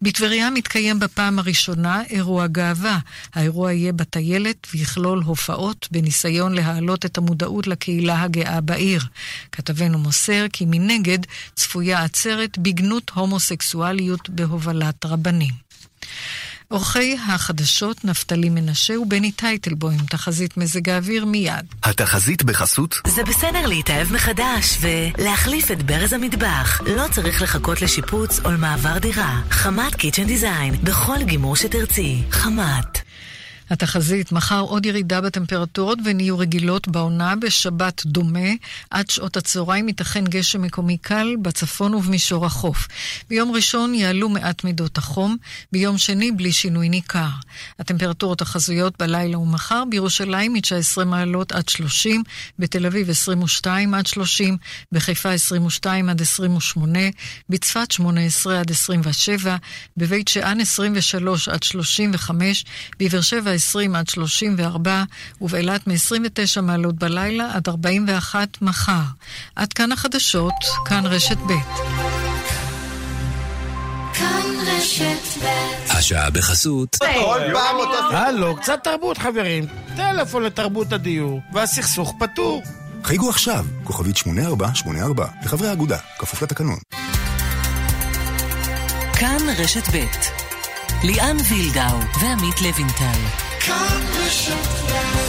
בטבריה מתקיים בפעם הראשונה אירוע גאווה. האירוע יהיה בטיילת ויכלול הופעות בניסיון להעלות את המודעות לקהילה הגאה בעיר. כתבנו מוסר כי מנגד צפויה עצרת בגנות הומוסקסואליות בהובלת רבנים. אורחי החדשות נפתלי מנשה ובני טייטלבוים. תחזית מזג האוויר מיד. התחזית בחסות? זה בסדר להתאהב מחדש ולהחליף את ברז המטבח. לא צריך לחכות לשיפוץ או למעבר דירה. חמת קיצ'ן דיזיין, בכל גימור שתרצי. חמת. התחזית, מחר עוד ירידה בטמפרטורות ונהיו רגילות בעונה. בשבת דומה, עד שעות הצהריים ייתכן גשם מקומי קל בצפון ובמישור החוף. ביום ראשון יעלו מעט מידות החום, ביום שני בלי שינוי ניכר. הטמפרטורות החזויות בלילה ומחר בירושלים מ-19 מעלות עד 30, בתל אביב 22 עד 30, בחיפה 22 עד 28, בצפת 18 עד 27, בבית שאן 23 עד 35, בבאר שבע 20 עד 34, ובאילת מ-29 מעלות בלילה עד 41 מחר. עד כאן החדשות, כאן רשת ב'. כאן רשת ב'. השעה בחסות. הלו, קצת תרבות חברים. טלפון לתרבות הדיור, והסכסוך פתור. חייגו עכשיו, כוכבית 8484, לחברי האגודה, כפוף לתקנון. כאן רשת ב'. ליאן וילדאו ועמית לוינטל. כאן רשת ב'.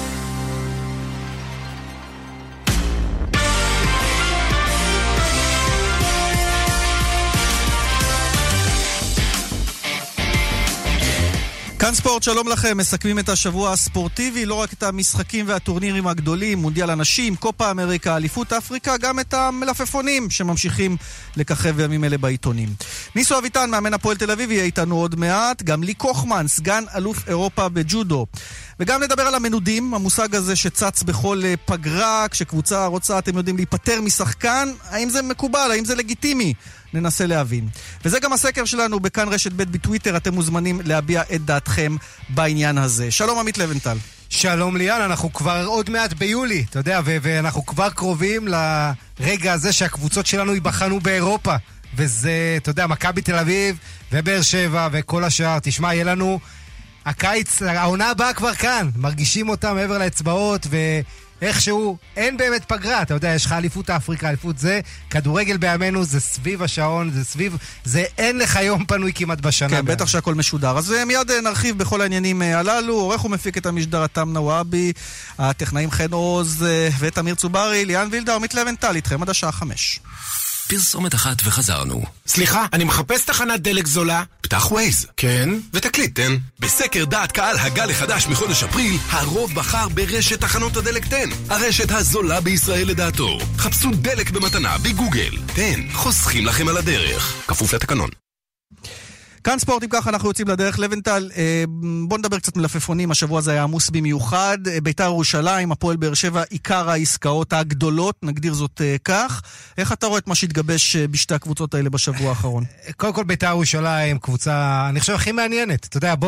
כאן ספורט, שלום לכם. מסכמים את השבוע הספורטיבי, לא רק את המשחקים והטורנירים הגדולים, מונדיאל הנשים, קופה אמריקה, אליפות אפריקה, גם את המלפפונים שממשיכים לככב בימים אלה בעיתונים. ניסו אביטן, מאמן הפועל תל אביב, יהיה איתנו עוד מעט. גם לי קוחמן, סגן אלוף אירופה בג'ודו. וגם נדבר על המנודים, המושג הזה שצץ בכל פגרה, כשקבוצה רוצה, אתם יודעים, להיפטר משחקן. האם זה מקובל? האם זה לגיטימי? ננסה להבין. וזה גם הסקר שלנו בכאן רשת ב' בטוויטר, אתם מוזמנים להביע את דעתכם בעניין הזה. שלום עמית לבנטל. שלום ליאן, אנחנו כבר עוד מעט ביולי, אתה יודע, ואנחנו כבר קרובים לרגע הזה שהקבוצות שלנו ייבחנו באירופה. וזה, אתה יודע, מכבי תל אביב ובאר שבע וכל השאר. תשמע, יהיה לנו הקיץ, העונה הבאה כבר כאן. מרגישים אותה מעבר לאצבעות איכשהו, אין באמת פגרה, אתה יודע, יש לך אליפות אפריקה, אליפות זה, כדורגל בימינו זה סביב השעון, זה אין לך יום פנוי כמעט בשנה. כן, בטח שהכל משודר. אז מיד נרחיב בכל העניינים הללו. עורך ומפיק את המשדר אתם נוואבי, הטכנאים חן עוז ותמיר צוברי, ליאן וילדאו, עמית לבנטל, איתכם עד השעה 5. פרסומת אחת וחזרנו. סליחה, אני מחפש תחנת דלק זולה. פתח ווייז. כן? ותקליט, תן. בסקר דעת קהל הגל החדש מחודש אפריל, הרוב בחר ברשת תחנות הדלק תן. הרשת הזולה בישראל לדעתו. חפשו דלק במתנה בגוגל. תן, חוסכים לכם על הדרך. כפוף לתקנון. כאן ספורט, אם ככה אנחנו יוצאים לדרך. לבנטל, בוא נדבר קצת מלפפונים. השבוע הזה היה עמוס במיוחד. ביתר ירושלים, הפועל באר שבע, עיקר העסקאות הגדולות, נגדיר זאת כך. איך אתה רואה את מה שהתגבש בשתי הקבוצות האלה בשבוע האחרון? קודם כל ביתר ירושלים, קבוצה, אני חושב, הכי מעניינת. אתה יודע,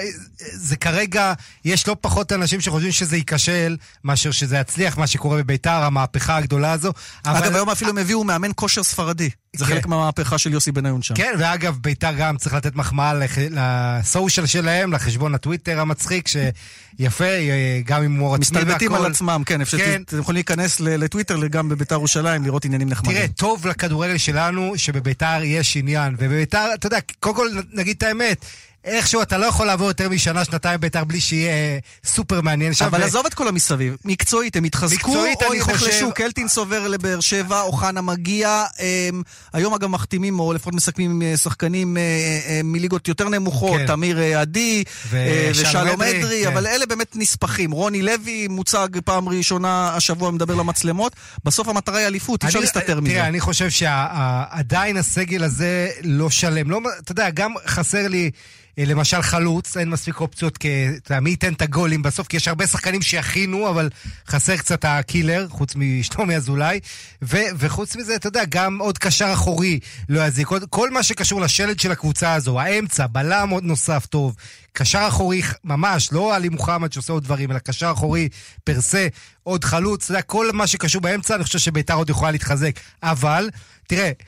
זה כרגע, יש לא פחות אנשים שחושבים שזה ייכשל, מאשר שזה יצליח, מה שקורה בביתר, המהפכה הגדולה הזו. אגב, היום אפילו הם הביאו מאמן כושר ספרדי. זה חלק מהמהפכה של יוסי בניון שם. כן, ואגב, ביתר גם צריך לתת מחמאה לסושיאל שלהם, לחשבון הטוויטר המצחיק, שיפה, גם עם מור עצמי והכל. מסתלבטים על עצמם, כן, אתם יכולים להיכנס לטוויטר, גם בביתר ירושלים, לראות עניינים נחמדים. תראה, טוב לכדורגל שלנו, שבביתר יש עניין, ובביתר, אתה יודע, קודם כל נגיד את האמת, איכשהו אתה לא יכול לעבור יותר משנה, שנתיים ביתר בלי שיהיה סופר מעניין שם. אבל עזוב את כל המסביב. מקצועית, הם התחזקו או ינחלשו, קלטין סובר לבאר שבע, אוחנה מגיע. היום אגב מחתימים, או לפחות מסכמים שחקנים מליגות יותר נמוכות, תמיר עדי ושלום אדרי, אבל אלה באמת נספחים. רוני לוי מוצג פעם ראשונה השבוע, מדבר למצלמות. בסוף המטרה היא אליפות, אפשר להסתתר מזה. תראה, אני חושב שעדיין הסגל הזה לא שלם. אתה יודע, גם חסר לי למשל חלוץ, אין מספיק אופציות, מי ייתן את הגולים בסוף, כי יש הרבה שחקנים שיכינו, אבל חסר קצת הקילר, חוץ משלומי אזולאי, וחוץ מזה, אתה יודע, גם עוד קשר אחורי לא יזיק, כל מה שקשור לשלד של הקבוצה הזו, האמצע, בלם עוד נוסף טוב, קשר אחורי ממש, לא עלי מוחמד שעושה עוד דברים, אלא קשר אחורי פרסה, עוד חלוץ, כל מה שקשור באמצע, אני חושב שביתר עוד יכולה להתחזק, אבל, תראה,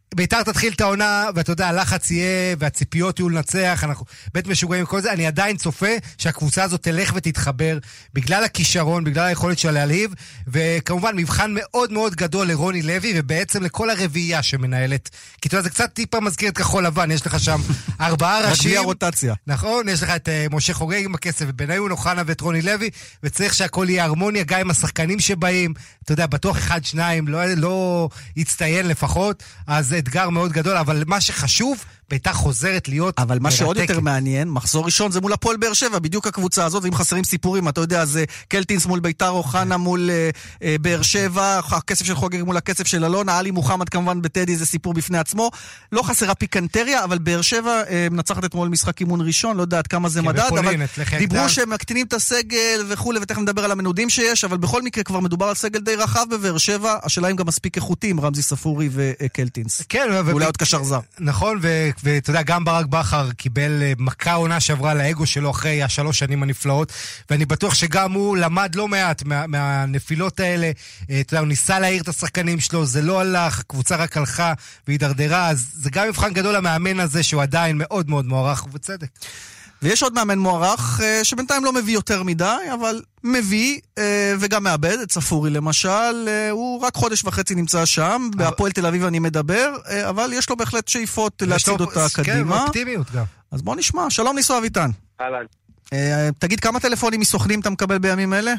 ביתר תתחיל את העונה, ואתה יודע, הלחץ יהיה, והציפיות יהיו לנצח, אנחנו בית משוגעים וכל זה, אני עדיין צופה שהקבוצה הזאת תלך ותתחבר, בגלל הכישרון, בגלל היכולת שלה להלהיב, וכמובן מבחן מאוד מאוד גדול לרוני לוי, ובעצם לכל הרביעייה שמנהלת, כי אתה יודע, זה קצת טיפה מזכיר את כחול לבן, יש לך שם 4 ראשים, רביעייה רוטציה. נכון, יש לך את משה חוגג עם הכסף, ובניון אוחנה ואת רוני לוי, וצריך שהכל יהיה הרמוניה, גם עם השחקנים שבאים, אתה יודע, בטוח 1-2, לא יצטיין לפחות, אז אתגר מאוד גדול, אבל מה שחשוב, ביתר חוזרת להיות אבל מה מרתקת. שעוד יותר מעניין, מחזור ראשון זה מול הפועל באר שבע, בדיוק הקבוצה הזאת, ואם חסרים סיפורים, אתה יודע, זה קלטינס מול ביתר, אוחנה מול באר שבע, הכסף של חוגג מול הכסף של אלונה, עלי מוחמד כמובן בטדי, זה סיפור בפני עצמו, לא חסרה פיקנטריה, אבל באר שבע מנצחת אתמול משחק אימון ראשון, לא יודעת כמה זה מדד, אבל דיברו שהם מקטינים את הסגל וכו', ותכף נדבר על המנודים שיש, אבל בכל מקרה כבר מדובר על סגל די רחב בבאר שבע, השאלה אם גם מספיק איכותי עם רמזי ספורי וקלטינס. כן, ואולי עוד קשר זר. נכון, ואתה יודע, גם ברק בכר קיבל מכה עונה שעברה לאגו שלו אחרי 3 שנים הנפלאות, ואני בטוח שגם הוא למד לא מעט מהנפילות האלה, אתה יודע, הוא ניסה להעיר את השחקנים שלו, זה לא הלך, הקבוצה רק הלכה והידרדרה, אז זה גם מבחן גדול המאמן הזה, שהוא עדיין מאוד מאוד מוערך ובצדק. ויש עוד מאמן מוערך שבינתיים לא מביא יותר מדי, אבל מביא וגם מאבד, את ספורי למשל, הוא רק 1.5 חודש נמצא שם, בהפועל תל אביב אני מדבר, אבל יש לו בהחלט שאיפות להציד אותה קדימה. כן, אופטימיות גם. אז בוא נשמע, שלום ניסו אביטן. אהלן. תגיד, כמה טלפונים מסוכנים אתה מקבל בימים אלה?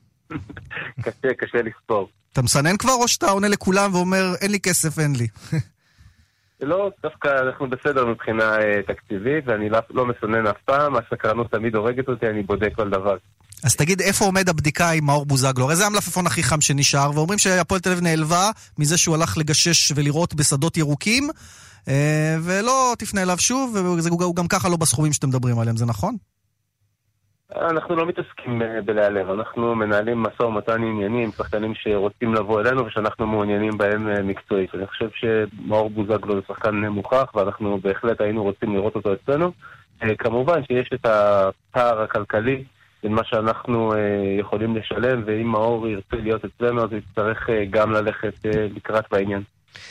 קשה לספור. אתה מסנן כבר או שאתה עונה לכולם ואומר, אין לי כסף, אין לי? לא, דווקא אנחנו בסדר מבחינה תקציבית, ואני לא מסונן אף פעם, הסקרנות תמיד הורגת אותי, אני בודק כל דבר. אז תגיד, איפה עומד הבדיקה עם מאור בוזגלו? הרי זה המלפפון הכי חם שנשאר, ואומרים שהפועל תל אביב נעלבה מזה שהוא הלך לגשש ולראות בשדות ירוקים, ולא תפנה אליו שוב, והוא גם ככה לא בסכומים שאתם מדברים עליהם, זה נכון? אנחנו לא מתעסקים בלהלב, אנחנו מנהלים משא ומתן עניינים, שחקנים שרוצים לבוא אלינו ושאנחנו מעוניינים בהם מקצועית. אני חושב שמאור בוזגלו זה שחקן מוכח, ואנחנו בהחלט היינו רוצים לראות אותו אצלנו. כמובן שיש את הפער הכלכלי בין מה שאנחנו יכולים לשלם, ואם מאור ירצה להיות אצלנו אז יצטרך גם ללכת לקראת בעניין.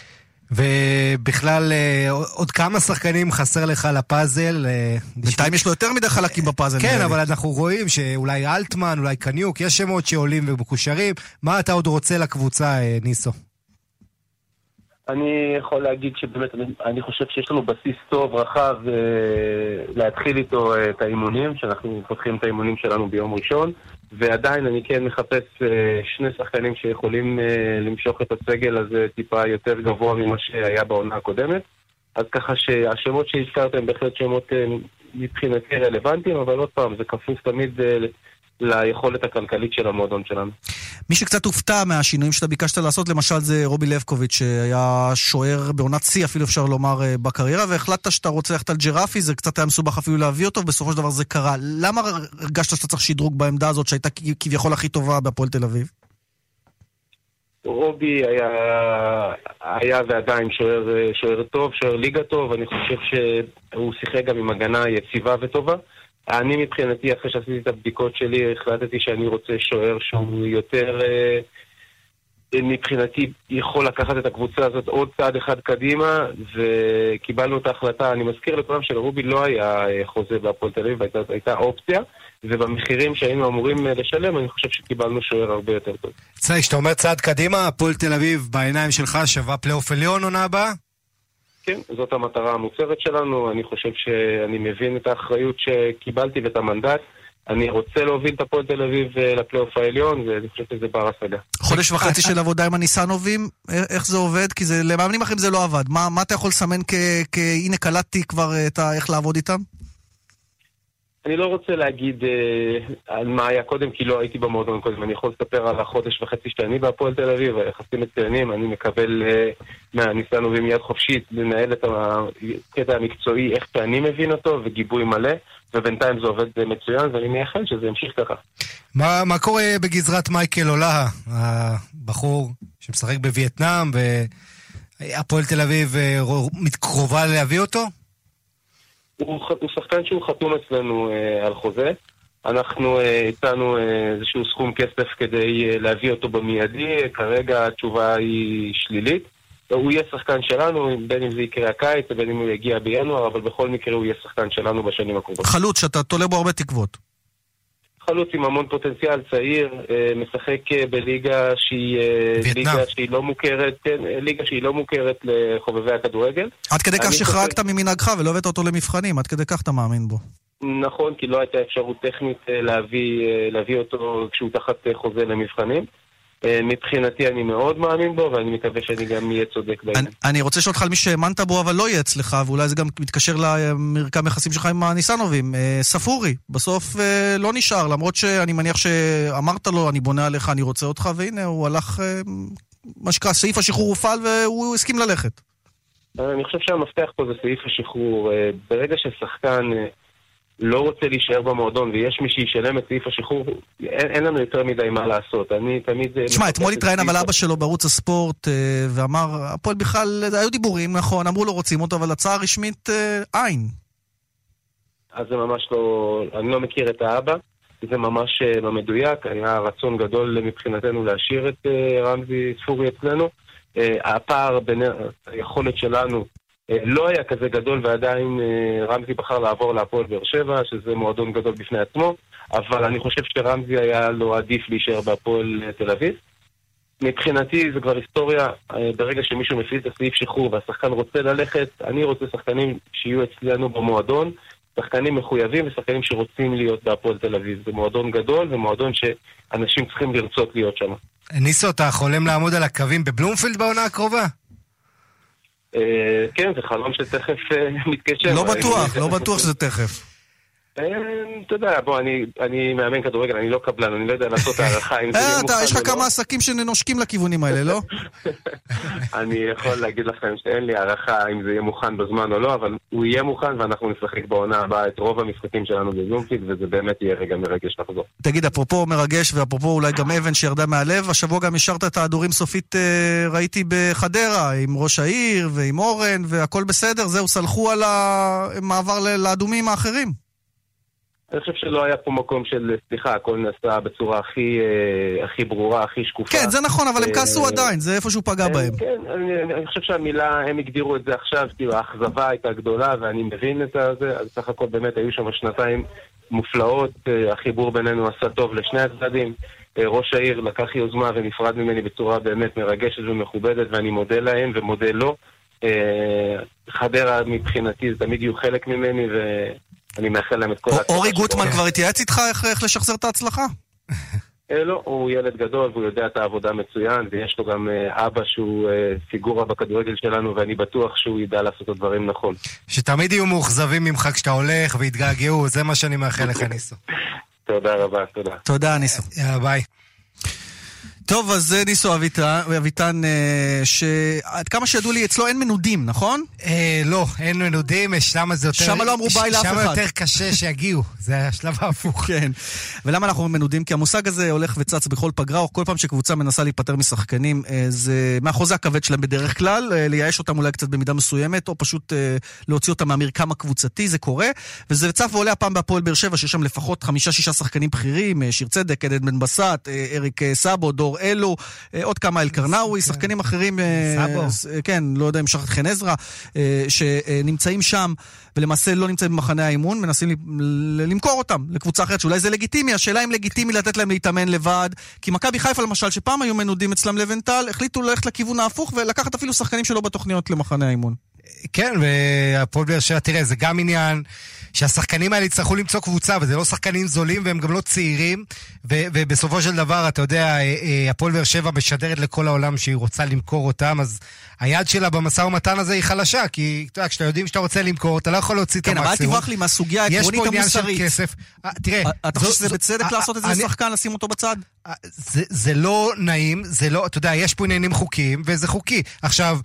ובכלל, עוד כמה שחקנים חסר לך לפאזל? בינתיים יש לו יותר מדי חלקים בפאזל. כן, אבל אנחנו רואים שאולי אלטמן, אולי קניוק, יש שמות שעולים ומקושרים. מה אתה עוד רוצה לקבוצה, ניסו? אני יכול להגיד שבאמת, אני חושב שיש לנו בסיס טוב, רחב, להתחיל איתו את האימונים, שאנחנו פותחים את האימונים שלנו ביום ראשון, ועדיין אני כן מחפש 2 שחקנים שיכולים למשוך את הסגל הזה טיפה יותר גבוה ממה שהיה בעונה הקודמת. אז ככה שהשמות שהזכרתם בהחלט שמות מבחינתי רלוונטיים, אבל עוד פעם, זה כפוף תמיד ליכולת הכלכלית של המועדון שלנו. מי שקצת הופתע מהשינויים שאתה ביקשת לעשות, למשל זה רובי לבקוביץ' שהיה שוער בעונת צי, אפילו אפשר לומר בקריירה, והחלטת שאתה רוצה ללכת על ג'רפי, זה קצת היה מסובך אפילו להביא אותו, ובסופו של דבר זה קרה. למה הרגשת שאתה צריך שדרוג בעמדה הזאת, שהייתה כביכול הכי טובה בהפועל תל אביב? רובי היה ועדיין שוער טוב, שוער ליגה טוב, אני חושב שהוא שיחק גם עם הגנה יציבה וטובה. אני מבחינתי, אחרי שעשיתי את הבדיקות שלי, החלטתי שאני רוצה שוער שהוא יותר, מבחינתי, יכול לקחת את הקבוצה הזאת עוד צעד אחד קדימה, וקיבלנו את ההחלטה. אני מזכיר לכולם שלרובי לא היה חוזה בהפועל תל אביב, הייתה אופציה, ובמחירים שהיינו אמורים לשלם, אני חושב שקיבלנו שוער הרבה יותר טוב. צי, שאתה אומר צעד קדימה, הפועל תל אביב בעיניים שלך שווה פלייאוף עליון עונה הבאה? כן, זאת המטרה המוצהרת שלנו. אני חושב שאני מבין את האחריות שקיבלתי ואת המנדט. אני רוצה להוביל את הפועל תל אביב לפלייאוף העליון, ואני חושב שזה בר השגה. 1.5 חודש של עבודה עם הניסנובים, איך זה עובד? כי זה, למאמנים אחרים זה לא עבד. מה אתה יכול לסמן הנה קלטתי כבר איך לעבוד איתם? אני לא רוצה להגיד על מה היה קודם, כי לא הייתי במועדון קודם. אני יכול לספר על 1.5 חודש שאני בהפועל תל אביב, היחסים מצוינים, אני מקבל מהניסנובים יד חופשית לנהל את הקטע המקצועי, איך שאני מבין אותו, וגיבוי מלא, ובינתיים זה עובד מצוין, ואני מייחל שזה ימשיך ככה. מה קורה בגזרת מייקל אולה, הבחור שמשחק בווייטנאם, והפועל תל אביב מתקרובה להביא אותו? הוא שחקן שהוא חתום אצלנו על חוזה. אנחנו הצענו איזשהו סכום כסף כדי להביא אותו במיידי. כרגע התשובה היא שלילית. הוא יהיה שחקן שלנו, בין אם זה יקרה הקיץ, בין אם הוא יגיע בינואר, אבל בכל מקרה הוא יהיה שחקן שלנו בשנים הקרובות. חלוץ שאתה תולה בו הרבה תקוות. חלוץ עם המון פוטנציאל, צעיר, משחק בליגה שהיא לא מוכרת, ליגה שהיא לא מוכרת לחובבי הכדורגל. עד כדי כך שחרגת ממנהגך ולא הבאת אותו למבחנים, עד כדי כך אתה מאמין בו. נכון, כי לא הייתה אפשרות טכנית להביא אותו כשהוא תחת חוזה למבחנים. מבחינתי אני מאוד מאמין בו, ואני מקווה שאני גם אהיה צודק בעניין. אני רוצה לשאול אותך על מי שהאמנת בו, אבל לא יהיה אצלך, ואולי זה גם מתקשר למרקם יחסים שלך עם הניסנובים. ספורי, בסוף לא נשאר, למרות שאני מניח שאמרת לו, אני בונה עליך, אני רוצה אותך, והנה הוא הלך, מה שקרה, סעיף השחרור הופעל, והוא הסכים ללכת. אני חושב שהמפתח פה זה סעיף השחרור. ברגע ששחקן לא רוצה להישאר במועדון, ויש מי שישלם את סעיף השחרור, אין לנו יותר מדי מה לעשות. אני תמיד... תשמע, אתמול התראיין אבל אבא שלו בערוץ הספורט, ואמר, הפועל בכלל, היו דיבורים, נכון, אמרו לו רוצים אותו, אבל הצעה רשמית אין. אז זה ממש לא... אני לא מכיר את האבא, זה ממש לא מדויק, היה רצון גדול מבחינתנו להשאיר את רמזי ספורי אצלנו. הפער בין היכולת שלנו לא היה כזה גדול, ועדיין רמזי בחר לעבור להפועל באר שבע, שזה מועדון גדול בפני עצמו, אבל אני חושב שרמזי היה לו עדיף להישאר בהפועל תל אביב. מבחינתי זה כבר היסטוריה, ברגע שמישהו מפעיל את הסעיף שחרור והשחקן רוצה ללכת, אני רוצה שחקנים שיהיו אצלנו במועדון, שחקנים מחויבים ושחקנים שרוצים להיות בהפועל תל אביב. זה מועדון גדול ומועדון שאנשים צריכים לרצות להיות שם. ניסו, אתה חולם לעמוד על הקווים בבלומפילד בעונה הקרובה? כן, זה חלום שתכף מתקשר. לא בטוח שזה תכף. אתה יודע, בוא, אני מאמן כדורגל, אני לא קבלן, אני לא יודע לעשות הערכה אם זה יהיה מוכן או לא. יש לך כמה עסקים שנושקים לכיוונים האלה, לא? אני יכול להגיד לכם שאין לי הערכה אם זה יהיה מוכן בזמן או לא, אבל הוא יהיה מוכן ואנחנו נשחק בעונה הבאה את רוב המשחקים שלנו בזומפיד, וזה באמת יהיה רגע מרגש לחזור. תגיד, אפרופו מרגש ואפרופו אולי גם אבן שירדה מהלב, השבוע גם השארת את ההדורים סופית, ראיתי בחדרה, עם ראש העיר ועם אורן, והכל בסדר, זהו, סלחו על המעבר לאדומים האחרים. אני חושב שלא היה פה מקום של סליחה, הכל נעשה בצורה הכי ברורה, הכי שקופה. כן, זה נכון, אבל הם כעסו עדיין, זה איפשהו פגע בהם. כן, אני חושב שהמילה, הם הגדירו את זה עכשיו, כאילו האכזבה הייתה גדולה, ואני מבין את זה, אז סך הכל באמת היו שם שנתיים מופלאות, החיבור בינינו עשה טוב לשני הצדדים, ראש העיר לקח יוזמה ונפרד ממני בצורה באמת מרגשת ומכובדת, ואני מודה להם ומודה לו. חדרה מבחינתי זה תמיד יהיו חלק ממני, אני מאחל להם את כל ההצלחה. אורי גוטמן כבר התייעץ איתך איך לשחזר את ההצלחה? לא, הוא ילד גדול והוא יודע את העבודה מצוין, ויש לו גם אבא שהוא פיגורה בכדורגל שלנו, ואני בטוח שהוא ידע לעשות את הדברים נכון. שתמיד יהיו מאוכזבים ממך כשאתה הולך והתגעגעו, זה מה שאני מאחל לך, ניסו. תודה רבה, תודה. תודה, ניסו. יאללה, ביי. טוב, אז זה ניסו אביטן, שעד כמה שידעו לי, אצלו אין מנודים, נכון? לא, אין מנודים, שם זה יותר... שם לא אמרו ביי לאף אחד. שם יותר קשה שיגיעו, זה השלב ההפוך. כן, ולמה אנחנו מנודים? כי המושג הזה הולך וצץ בכל פגרה, או כל פעם שקבוצה מנסה להיפטר משחקנים, זה מהחוזה הכבד שלהם בדרך כלל, לייאש אותם אולי קצת במידה מסוימת, או פשוט להוציא אותם מהמרקם הקבוצתי, זה קורה, וזה צף ועולה הפעם בהפועל באר שבע, שיש שם לפחות 5-6 שחקנים בכירים, שיר צדק, עדן בן בסט, אריק סאבו, דור אלו, עוד כמה אלקרנאווי, שחקנים אחרים, כן, לא יודע אם שחט חן עזרא, שנמצאים שם, ולמעשה לא נמצאים במחנה האימון, מנסים למכור אותם לקבוצה אחרת, שאולי זה לגיטימי, השאלה אם לגיטימי לתת להם להתאמן לבד, כי מכבי חיפה למשל, שפעם היו מנודים אצלם לבנטל, החליטו ללכת לכיוון ההפוך, ולקחת אפילו שחקנים שלא בתוכניות למחנה האימון. כן, והפועל באר שבע, תראה, זה גם עניין שהשחקנים האלה יצטרכו למצוא קבוצה, וזה לא שחקנים זולים, והם גם לא צעירים, ובסופו של דבר, אתה יודע, הפועל באר שבע משדרת לכל העולם שהיא רוצה למכור אותם, אז היד שלה במשא ומתן הזה היא חלשה, כי אתה יודע, כשאתה יודעים שאתה רוצה למכור, אתה לא יכול להוציא את המקסימום. כן, אבל תברח לי מהסוגיה העקרונית המוסרית. תראה, אתה חושב שזה בצדק לעשות את זה לשחקן, לשים אותו בצד? זה לא נעים, זה לא, אתה יודע, יש פה עניינים חוקיים, וזה חוקי. עכשיו,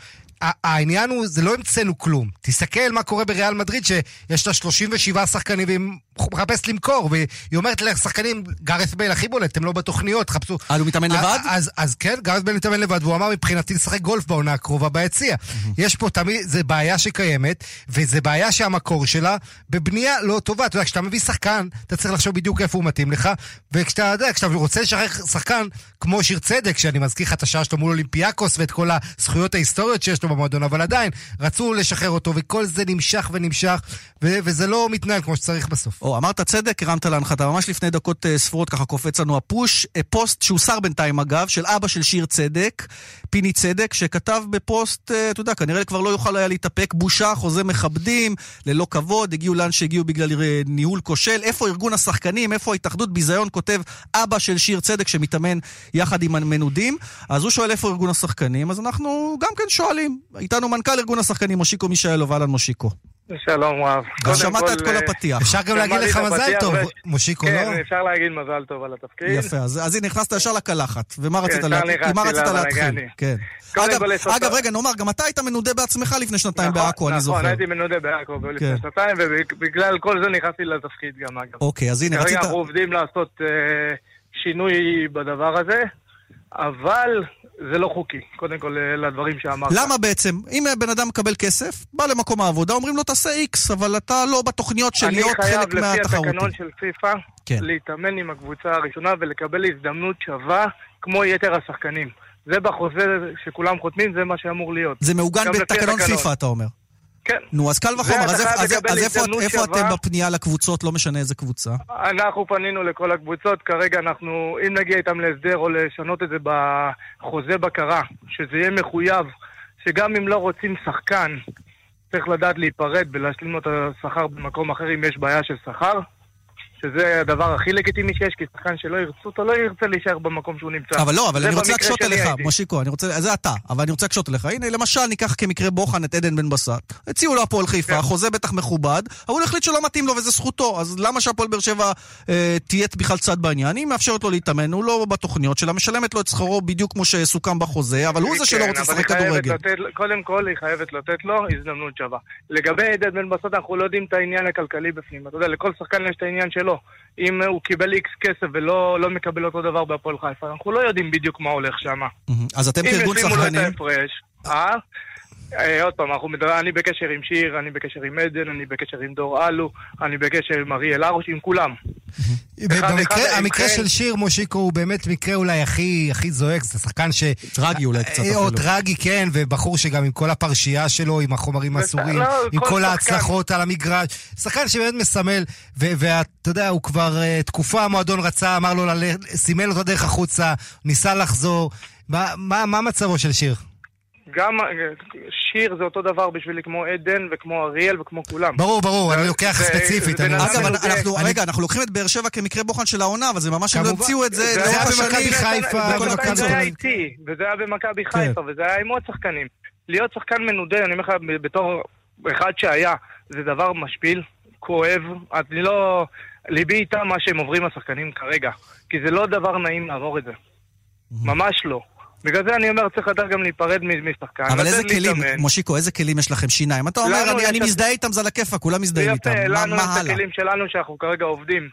העניין הוא, זה לא המצאנו כלום. תסתכל מה קורה בריאל מדריד, שיש לה 37 שחקנים, והיא מחפשת למכור, והיא אומרת לשחקנים, גארת' בייל הכי בולט, אתם לא בתוכניות, חפשו. הוא מתאמן לבד? אז כן, גארת' בייל מתאמן לבד, והוא אמר מבחינתי לשחק גולף בעונה הקרובה ביציע. יש פה תמיד, זה בעיה שקיימת, וזה בעיה שהמקור שלה בבנייה לא טובה. אתה יודע, כשאתה מביא שחקן, אתה צריך לחשוב בדיוק איפה הוא מתאים לך, וכשאתה רוצה לשחק שחקן כמו שיר צדק, שאני מזכיר לך את השעה שלו מול אולימפיאקוס, ואת כל הזכויות ההיסטוריות שיש לו במועדון, אבל עדיין רצו לשחרר אותו, וכל זה נמשך ונמשך, וזה לא מתנהל כמו שצריך בסוף. אמרת צדק, הרמת להנחתה, ממש לפני דקות ספורות ככה קופץ לנו הפוש, פוסט שהוסר בינתיים אגב, של אבא של שיר צדק, פיני צדק, שכתב בפוסט, אתה יודע, כנראה כבר לא יוכל היה להתאפק, בושה, חוזה מכבדים, ללא כבוד, הגיעו לאן שהגיעו בגלל ניהול כושל, איפה ארגון השחקנים, איפה ההתאחדות ביזיון, כותב אבא של שיר צדק שמתאמן יחד עם המנודים, אז הוא שואל איפה ארגון השחקנים, אז אנחנו גם כן שואלים, איתנו מנכ"ל ארגון השחקנים, מושיקו מישאלוב, אהלן מושיקו. שלום רב. שמעת את כל הפתיח. אפשר גם להגיד לך מזל טוב, מושיקו, לא? כן, אפשר להגיד מזל טוב על התפקיד. יפה, אז הנה, נכנסת ישר לקלחת. ומה רצית להתחיל? אגב, רגע, נאמר, גם אתה היית מנודה בעצמך לפני שנתיים בעכו, אני זוכר. נכון, הייתי מנודה בעכו לפני שנתיים, ובגלל כל זה נכנסתי לתפקיד גם, אגב. אוקיי, אז הנה, רצית... כרגע אנחנו עובדים לעשות שינוי בדבר הזה, אבל... זה לא חוקי, קודם כל לדברים שאמרת. למה בעצם? אם בן אדם מקבל כסף, בא למקום העבודה, אומרים לו תעשה X, אבל אתה לא בתוכניות של להיות חלק מהתחרותי. אני חייב לפי התקנון של פיפה, להתאמן עם הקבוצה הראשונה ולקבל הזדמנות שווה כמו יתר השחקנים. זה בחוזה שכולם חותמים, זה מה שאמור להיות. זה מעוגן בתקנון פיפה, אתה אומר. כן. נו, אז קל וחומר, אז איפה אתם בפנייה לקבוצות, לא משנה איזה קבוצה? אנחנו פנינו לכל הקבוצות, כרגע אנחנו, אם נגיע איתם להסדר או לשנות את זה בחוזה בקרה, שזה יהיה מחויב, שגם אם לא רוצים שחקן, צריך לדעת להיפרד ולהשלים לו את השכר במקום אחר אם יש בעיה של שכר, שזה הדבר הכי לגיטימי שיש, כי שחקן שלא ירצו אותו, לא ירצה להישאר במקום שהוא נמצא. אבל לא, אבל אני רוצה לקשות אליך, מושיקו, זה אתה, אבל אני רוצה לקשות אליך. הנה, למשל, ניקח כמקרה בוחן את עדן בן בסט. הציעו לו הפועל חיפה, חוזה בטח מכובד, אבל הוא החליט שלא מתאים לו וזה זכותו. אז למה שהפועל באר שבע תהיה בכלל צד בעניין? היא מאפשרת לו להתאמן, הוא לא בתוכניות שלה, משלמת לו את שכרו בדיוק כמו שסוכם בחוזה, אבל הוא זה שלא רוצה לשחק כדורגל. קודם כל, היא חייבת לתת לו הזדמנות שווה. לגבי עדן בן בסט, אנחנו לא יודעים את העניין הכלכלי בפנים. אתה יודע, לכל שחקן יש את העניין שלו. אם הוא קיבל X כסף ולא מקבל אותו דבר בהפועל חיפה, אנחנו לא יודעים בדיוק מה הולך שם. אז אתם כארגון שחקנים... אם ישימו לו את ההפרש, עוד פעם, אני בקשר עם שיר, אני בקשר עם עדן, אני בקשר עם דור אלו, אני בקשר עם אריאל הרוש, עם כולם. המקרה של שיר, מושיקו, הוא באמת מקרה אולי הכי זועק, זה שחקן ש... טרגי אולי קצת אפילו. או טרגי, כן, ובחור שגם עם כל הפרשייה שלו, עם החומרים האסורים, עם כל ההצלחות על המגרש, שחקן שבאמת מסמל, ואתה יודע, הוא כבר תקופה המועדון רצה, אמר לו, סימל אותו דרך החוצה, ניסה לחזור. מה מצבו של שיר? גם שיר זה אותו דבר בשבילי כמו עדן וכמו אריאל וכמו כולם. ברור, אני לוקח ספציפית. רגע, אנחנו לוקחים את באר שבע כמקרה בוחן של העונה, אבל זה ממש לא המציאו את זה. זה היה במכבי חיפה. זה היה איתי, וזה היה במכבי חיפה, וזה היה עם עוד שחקנים. להיות שחקן מנודה, אני אומר לך, בתור אחד שהיה, זה דבר משפיל, כואב, אני לא... ליבי איתם מה שהם עוברים השחקנים כרגע, כי זה לא דבר נעים לעבור את זה. ממש לא. בגלל זה אני אומר, צריך לדעת גם להיפרד משחקן. אבל איזה כלים, מושיקו, איזה כלים יש לכם שיניים? אתה אומר, אני מזדהה איתם, זה לכיפה, כולם מזדהים איתם. לנו את הכלים שלנו שאנחנו כרגע עובדים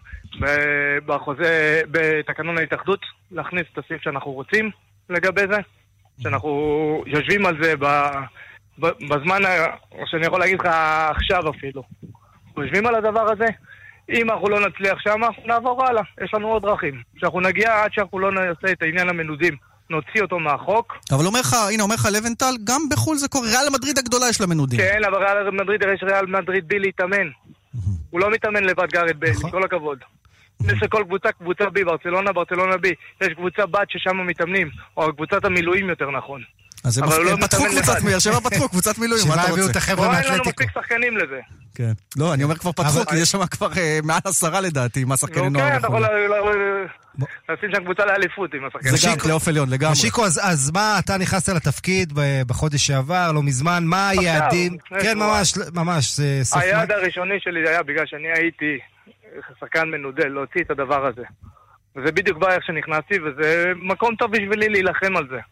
בחוזה, בתקנון ההתאחדות, להכניס את הסעיף שאנחנו רוצים לגבי זה, שאנחנו יושבים על זה בזמן, שאני יכול להגיד לך עכשיו אפילו. יושבים על הדבר הזה, אם אנחנו לא נצליח שם, אנחנו נעבור הלאה. יש לנו עוד דרכים. שאנחנו נגיע עד שאנחנו לא נעשה את העניין המנודים. נוציא אותו מהחוק. אבל אומר לך לבנטל, גם בחול זה קורה. ריאל מדריד הגדולה יש לה מנודים. כן, אבל ריאל מדריד, יש ריאל מדריד בי להתאמן. הוא לא מתאמן לבד גארד בייל, כל הכבוד. יש לכל קבוצה בי, ברצלונה בי. יש קבוצה בת ששם מתאמנים, או קבוצת המילואים יותר נכון. אז הם פתחו קבוצת מילואים, שבא פתחו קבוצת מילואים, מה אתה רוצה? לא, אין לנו מספיק שחקנים לזה. כן. לא, אני אומר כבר פתחו, כי יש שם כבר מעל 10 לדעתי, מה שחקנים נוער. כן, אתה יכול לשים שם קבוצה לאליפות עם השחקנים. זה גם פלייאוף עליון, לגמרי. שיקו, אז מה, אתה נכנסת לתפקיד בחודש שעבר, לא מזמן, מה היעדים? כן, ממש. היעד הראשוני שלי היה בגלל שאני הייתי שחקן מנודה, להוציא את הדבר הזה. וזה בדיוק בא איך שנכנסתי, וזה מקום טוב בשבילי להילחם על זה.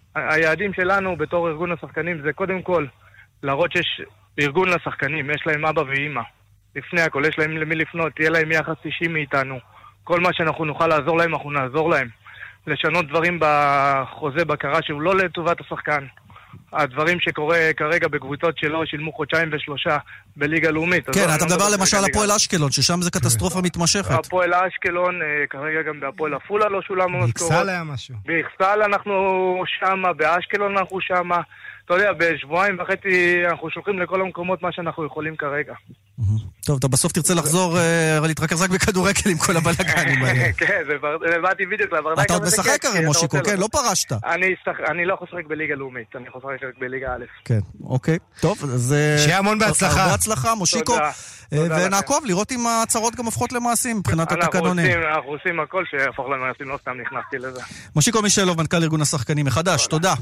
היעדים שלנו בתור ארגון השחקנים זה קודם כל להראות שיש ארגון לשחקנים, יש להם אבא ואמא. לפני הכל, יש להם למי לפנות, תהיה להם יחס אישי מאיתנו. כל מה שאנחנו נוכל לעזור להם, אנחנו נעזור להם. לשנות דברים בחוזה בקרה שהוא לא לטובת השחקן. הדברים שקורה כרגע בקבוצות שלו שילמו 2 ו3 בליגה לאומית. כן, אתה מדבר למשל על הפועל אשקלון, ששם זה קטסטרופה מתמשכת. הפועל אשקלון, כרגע גם בהפועל עפולה לא שולם משכורות. באכסל היה משהו. באכסל אנחנו שמה, באשקלון אנחנו שמה. אתה יודע, בשבועיים וחצי אנחנו שולחים לכל המקומות מה שאנחנו יכולים כרגע. טוב, אתה בסוף תרצה לחזור להתרכז רק בכדורגל עם כל הבלגנים האלה. כן, זה באתי בדיוק לברדאי. אתה עוד משחק הרי, מושיקו, כן, לא פרשת. אני לא חושק בליגה לאומית, אני חושק בליגה א'. כן, אוקיי. טוב, אז... שיהיה המון בהצלחה. הרבה הצלחה, מושיקו. ונעקוב, לראות אם ההצהרות גם הופכות למעשים מבחינת התקנונים. אנחנו עושים הכל שיהפוך למעשים, לא סתם נכנסתי לזה. מושיקו מישלוב, מנכ"ל ארגון השחקנים מחדש, תודה.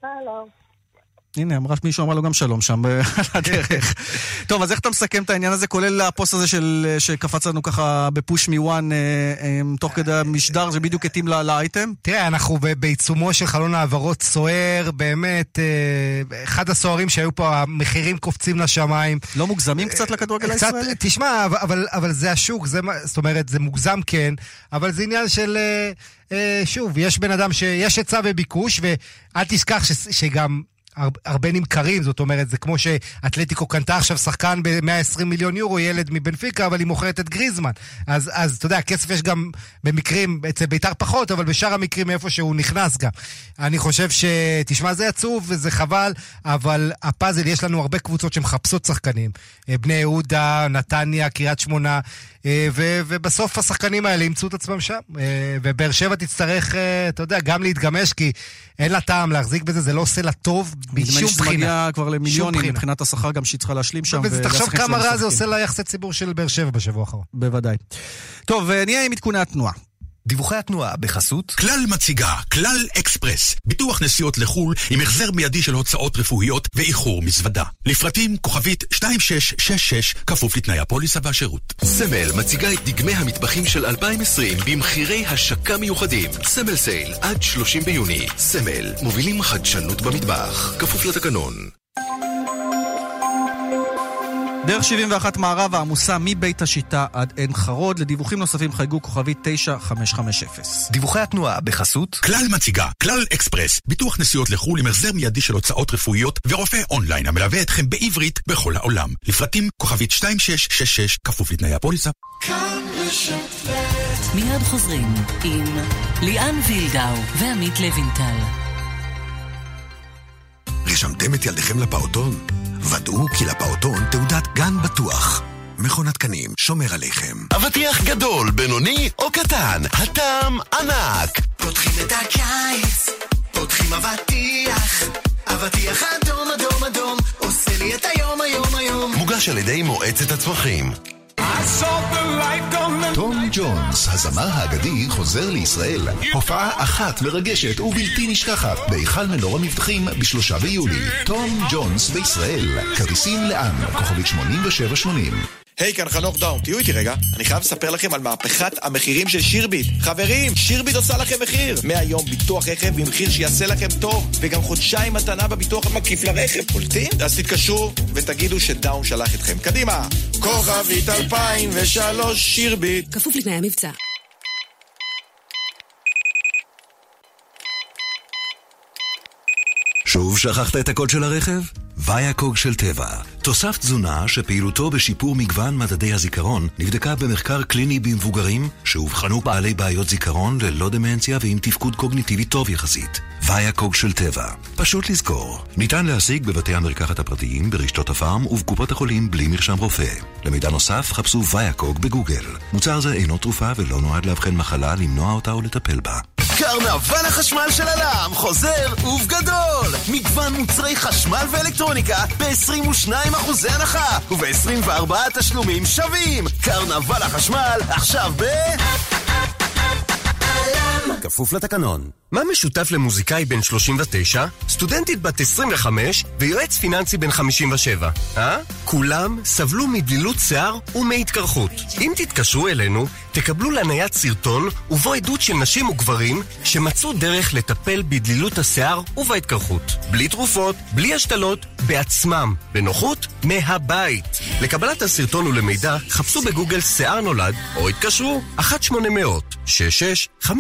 הנה, מישהו אמר לו גם שלום שם על הדרך. טוב, אז איך אתה מסכם את העניין הזה, כולל הפוסט הזה שקפץ לנו ככה בפוש מוואן, תוך כדי המשדר, זה בדיוק התאים לאייטם? תראה, אנחנו בעיצומו של חלון העברות סוער, באמת, אחד הסוערים שהיו פה, המחירים קופצים לשמיים. לא מוגזמים קצת לכדורגל הישראלי? תשמע, אבל זה השוק, זאת אומרת, זה מוגזם כן, אבל זה עניין של... שוב, יש בן אדם שיש היצע וביקוש, ואל תשכח שגם... הרבה נמכרים, זאת אומרת, זה כמו שאתלטיקו קנתה עכשיו שחקן ב-120 מיליון יורו, ילד מבנפיקה, אבל היא מוכרת את גריזמן. אז אתה יודע, הכסף יש גם במקרים, אצל ביתר פחות, אבל בשאר המקרים איפה שהוא נכנס גם. אני חושב תשמע, זה עצוב וזה חבל, אבל הפאזל, יש לנו הרבה קבוצות שמחפשות שחקנים. בני יהודה, נתניה, קריית שמונה, ובסוף השחקנים האלה ימצאו את עצמם שם. ובאר שבע תצטרך, אתה יודע, גם להתגמש, כי אין לה טעם להחזיק בזה, זה לא עושה לה טוב בשום בחינה. מגיע כבר למיליונים מבחינת השכר גם שהיא צריכה להשלים שם. ותחשוב כמה רע זה עושה לה יחסי ציבור של באר שבע בשבוע האחרון. בוודאי. טוב, נהיה עם עדכוני התנועה. דיווחי התנועה בחסות כלל מציגה, כלל אקספרס, ביטוח נסיעות לחול עם החזר מיידי של הוצאות רפואיות ואיחור מזוודה. לפרטים כוכבית 2666 כפוף לתנאי הפוליסה והשירות. סמל מציגה את דגמי המטבחים של 2020 במחירי השקה מיוחדים. סמל סייל עד 30 ביוני. סמל מובילים חדשנות במטבח, כפוף לתקנון. דרך 71 מערב העמוסה מבית השיטה עד עין חרוד. לדיווחים נוספים חייגו כוכבית 9550. דיווחי התנועה בחסות כלל מציגה, כלל אקספרס, ביטוח נסיעות לחול עם החזר מיידי של הוצאות רפואיות ורופא אונליין המלווה אתכם בעברית בכל העולם. לפרטים כוכבית 2666 כפוף לתנאי הפוליסה. מיד חוזרים עם ליאן וילדאו ועמית לוינטל. רשמתם את ילדיכם לפעוטון? ודאו כי לפעוטון תעודת גן בטוח. מכון התקנים שומר עליכם. אבטיח גדול, בינוני או קטן, הטעם ענק. פותחים את הקיץ, פותחים אבטיח. אבטיח אדום אדום אדום, עושה לי את היום היום היום. מוגש על ידי מועצת הצמחים. טום ג'ונס, הזמר האגדי, חוזר לישראל. הופעה אחת מרגשת ובלתי נשכחת בהיכל מנור המבטחים ב3 ביולי. טום ג'ונס בישראל. כרטיסים לאן? כוכבית 8780. היי, כאן חנוך דאום, תהיו איתי רגע. אני חייב לספר לכם על מהפכת המחירים של שירביט. חברים, שירביט עושה לכם מחיר. מהיום ביטוח רכב במחיר שיעשה לכם טוב, וגם חודשיים מתנה בביטוח המקיף לרכב. פולטים? אז תתקשרו ותגידו שדאום שלח אתכם. קדימה, כוכבית 2003 שירביט. כפוף לתנאי המבצע. שוב שכחת את הקוד של הרכב? ויאקוג של טבע. תוסף תזונה שפעילותו בשיפור מגוון מדדי הזיכרון נבדקה במחקר קליני במבוגרים שהובחנו בעלי בעיות זיכרון ללא דמנציה ועם תפקוד קוגניטיבי טוב יחסית. ויאקוג של טבע. פשוט לזכור. ניתן להשיג בבתי המרקחת הפרטיים, ברשתות הפארם ובקופות החולים בלי מרשם רופא. למידע נוסף חפשו ויאקוג בגוגל. מוצר זה אינו תרופה ולא נועד לאבחן מחלה, למנוע אותה או לטפל בה. קרנבל החשמל של הלם חוזר ובגדול. מגוון מוצרי חשמל ואלקטרוניקה ב-22% הנחה וב-24 תשלומים שווים. קרנבל החשמל עכשיו ב... כפוף לתקנון. מה משותף למוזיקאי בן 39, סטודנטית בת 25 ויועץ פיננסי בן 57? כולם סבלו מדלילות שיער ומהתקרחות. אם תתקשרו אלינו, תקבלו לנייד סרטון ובו עדות של נשים וגברים שמצאו דרך לטפל בדלילות השיער ובהתקרחות. בלי תרופות, בלי השתלות, בעצמם, בנוחות, מהבית. לקבלת הסרטון ולמידע, חפשו בגוגל שיער נולד או התקשרו 1-800-66-5544.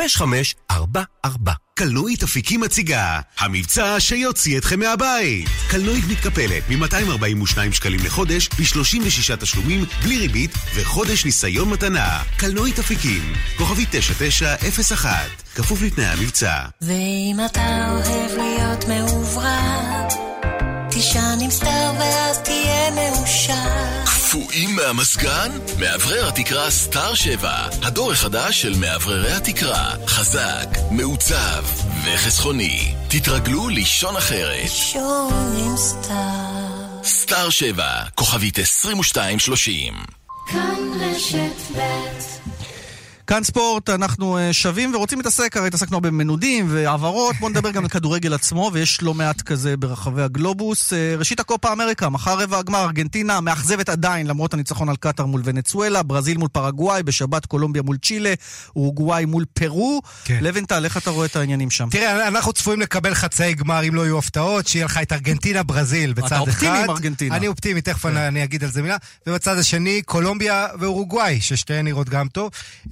קלנועית אפיקים מציגה המבצע שיוציא אתכם מהבית. קלנועית מתקפלת מ-242 שקלים לחודש ב-36 תשלומים בלי ריבית וחודש ניסיון מתנה. קלנועית אפיקים, כוכבי 9901, כפוף לתנאי המבצע. ואם אתה אוהב להיות מעוברר, תישן עם סטאר ואז תהיה מאושר. קפואים מהמסגן? מאוורר התקרה סטאר 7, הדור החדש של מאווררי התקרה. חזק, מעוצב וחסכוני. תתרגלו לישון אחרת. לישון עם סטאר. סטאר 7, כוכבית 2230. כאן רשת בית. כאן ספורט, אנחנו שווים ורוצים להתעסק, הרי התעסקנו במנודים ועברות, בואו נדבר גם על כדורגל עצמו, ויש לא מעט כזה ברחבי הגלובוס. ראשית הקופה אמריקה, מחר רבע הגמר, ארגנטינה מאכזבת עדיין, למרות הניצחון על קטר מול ונצואלה, ברזיל מול פרגוואי, בשבת קולומביה מול צ'ילה, אורוגוואי מול פרו. כן. לבנטל, איך אתה רואה את העניינים שם? תראה, אנחנו צפויים לקבל חצאי גמר, אם לא יהיו הפתעות, שיהיה לך את ארגנטינה, ברזיל בצד אחד. אתה אופטימי עם ארגנטינה. אני אופטימי, תכף אני אגיד על זה מילה. ובצד השני, קולומביה ואורוגוואי, ששתיהן נראות גם טוב.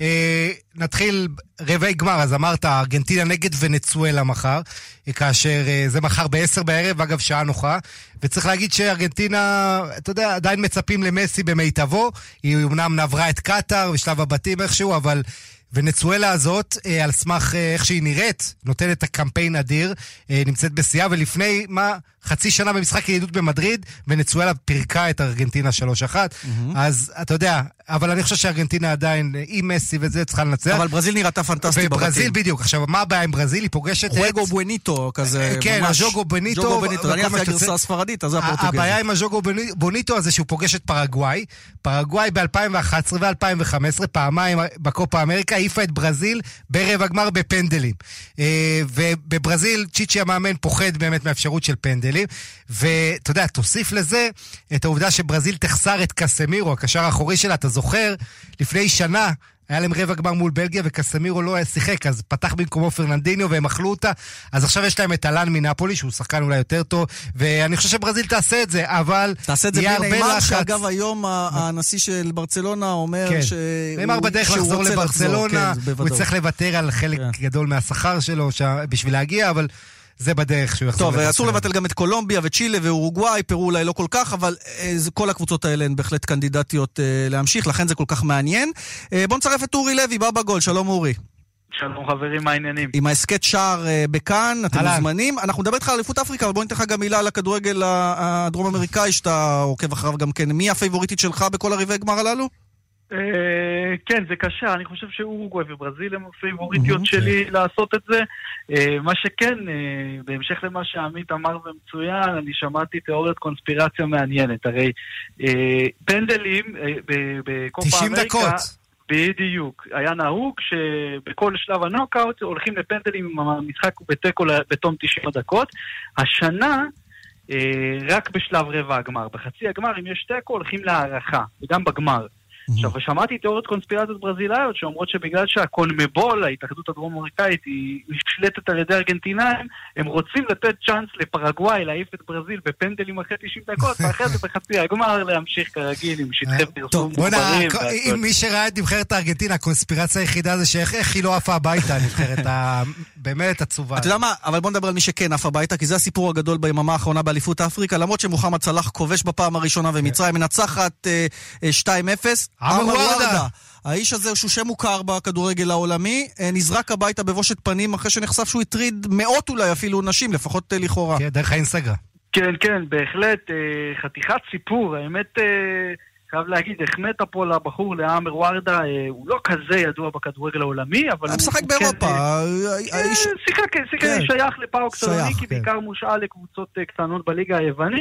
נתחיל רבעי גמר, אז אמרת ארגנטינה נגד ונצואלה מחר, כאשר זה מחר ב-10 בערב, אגב שעה נוחה, וצריך להגיד שארגנטינה, אתה יודע, עדיין מצפים למסי במיטבו, היא אמנם נעברה את קטר ושלב הבתים איכשהו, אבל ונצואלה הזאת, על סמך איך שהיא נראית, נותנת את הקמפיין אדיר, נמצאת בשיאה, ולפני חצי שנה במשחק ידידות במדריד, ונצואלה פירקה את ארגנטינה 3-1, אז אתה יודע, אבל אני חושב שארגנטינה עדיין, עם מסי וזה, צריכה לנצח. אבל ברזיל נראתה פנטסטית בבתים. ברזיל בדיוק, עכשיו, מה הבעיה עם ברזיל? היא פוגשת את... חואגו בוניטו, כזה כן, ממש... הז'וגו בוניטו. אני אחרי הגרסה הספרדית, אז זה הפורטוגזי. הבעיה עם הז'וגו בוניטו הזה שהוא פוגש את פרגוואי. פרגוואי ב-2011 ו-2015, פעמיים בקופה אמריקה, העיפה את ברזיל ברבע גמר בפנדלים. ובברזיל, צ'יצ'י המאמן פוחד באמת מהאפשרות של פנדלים. ואתה יודע, תוסיף לזה את העובדה שברזיל תחסר את קסמירו, הקשר האחורי שלה, אתה זוכר, לפני שנה היה להם רבע גמר מול בלגיה וקסמירו לא היה שיחק, אז פתח במקומו פרננדיניו והם אכלו אותה, אז עכשיו יש להם את אלן מנאפולי שהוא שחקן אולי יותר טוב, ואני חושב שברזיל תעשה את זה, אבל תעשה את זה בלי נאמר, שאגב היום הנשיא של ברצלונה אומר נאמר בדרך לחזור לברצלונה, הוא צריך לוותר על חלק גדול מהשכר שלו בשביל להגיע, אבל זה בדרך שהוא יחזור. טוב, אסור לבטל גם את קולומביה וצ'ילה ואורוגוואי, פרו אולי לא כל כך, אבל כל הקבוצות האלה הן בהחלט קנדידטיות להמשיך, לכן זה כל כך מעניין. בוא נצרף את אורי לוי, בבא גול, שלום אורי. שלום חברים, מה העניינים? עם ההסקט שער בכאן, אתם מוזמנים. אנחנו נדבר איתך על אליפות אפריקה, אבל בוא ניתן לך גם מילה על הכדורגל הדרום אמריקאי, שאתה עוקב אחריו גם כן. מי הפייבוריטית שלך בכל הרבעי גמר הללו? כן, זה קשה, אני חושב שאורוגוואי וברזיל הם הפייבוריטיות שלי לעשות את זה. מה שכן, בהמשך למה שעמית אמר ומצוין, אני שמעתי תיאוריית קונספירציה מעניינת. הרי פנדלים בקופה 90 אמריקה, דקות. בדיוק, היה נהוג שבכל שלב הנוקאוט הולכים לפנדלים עם המשחק בתיקו בתום 90 דקות. השנה רק בשלב רבע הגמר, בחצי הגמר אם יש תיקו הולכים להערכה, וגם בגמר. עכשיו, שמעתי תיאוריות קונספירציות ברזילאיות שאומרות שבגלל שהקונמבול, ההתאחדות הדרום אמריקאית, היא נשלטת על ידי ארגנטינאים, הם רוצים לתת צ'אנס לפרגוואי להעיף את ברזיל בפנדלים אחרי 90 דקות, ואחרי זה בחצי הגמר להמשיך כרגיל עם שטחי פרסום מוכרים. אם מי שראה את נבחרת הארגנטינה, הקונספירציה היחידה זה שאיך היא לא עפה הביתה, נבחרת באמת עצובה. אתה יודע מה, אבל בוא נדבר על מי שכן עפה הביתה, כי זה הסיפור הגדול ביממה האחרונה באליפות אפריקה, למרות שמוחמד סלאח כובש בפעם הראשונה ומצרים מנצחת 2-0. עמר ורדה, האיש הזה שהוא שם מוכר בכדורגל העולמי, נזרק הביתה בבושת פנים אחרי שנחשף שהוא הטריד מאות אולי אפילו נשים, לפחות לכאורה. כן, דרך האינסטגרם. כן, כן, בהחלט חתיכת סיפור, האמת חייב להגיד, החמאת פה לבחור לעמר ורדה, הוא לא כזה ידוע בכדורגל העולמי, אבל הוא משחק באירופה. שיחק, שייך לפאוק סלוניקי, בעיקר מושאל לקבוצות קטנות בליגה היוונית,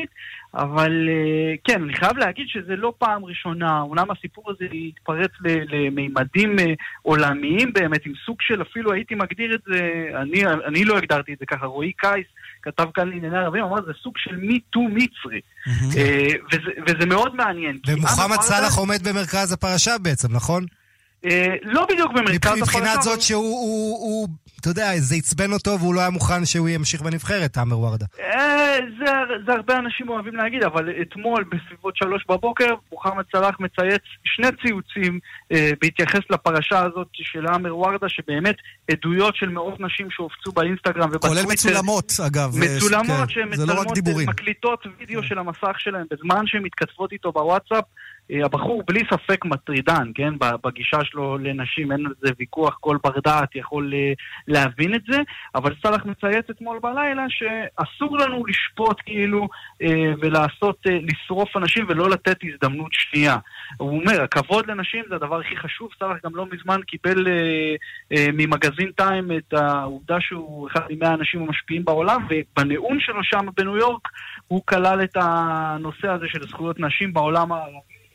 אבל כן, אני חייב להגיד שזה לא פעם ראשונה, אומנם הסיפור הזה התפרץ למימדים עולמיים באמת, עם סוג של, אפילו הייתי מגדיר את זה, אני לא הגדרתי את זה ככה, רועי קייס כתב כאן לענייני ערבים, אמר, זה סוג של מיטו מצרי, וזה מאוד מעניין. ומוחמד סלאח עומד במרכז הפרשה בעצם, נכון? לא בדיוק במרכז הפרשה. מבחינת זאת שהוא, אתה יודע, זה הצבן אותו והוא לא היה מוכן שהוא ימשיך בנבחרת, תאמר ורדה. זה הרבה אנשים אוהבים להגיד, אבל אתמול בסביבות 3 בבוקר, מוחמד סלאח מצייץ 2 ציוצים בהתייחס לפרשה הזאת של תאמר ורדה, שבאמת עדויות של מאות נשים שהופצו באינסטגרם ובטוויטר. כולל מצולמות, אגב. מצולמות שמצלמות, מקליטות וידאו של המסך שלהם, בזמן שהן מתכתבות איתו בוואטסאפ. הבחור בלי ספק מטרידן, כן? בגישה שלו לנשים, אין על זה ויכוח, כל בר דעת יכול להבין את זה, אבל סלאח מצייץ אתמול בלילה שאסור לנו לשפוט כאילו ולעשות, לשרוף אנשים ולא לתת הזדמנות שנייה. הוא אומר, הכבוד לנשים זה הדבר הכי חשוב. סלאח גם לא מזמן קיבל ממגזין טיים את העובדה שהוא אחד מ100 האנשים המשפיעים בעולם, ובנאום שלו שם בניו יורק הוא כלל את הנושא הזה של זכויות נשים בעולם הערבי.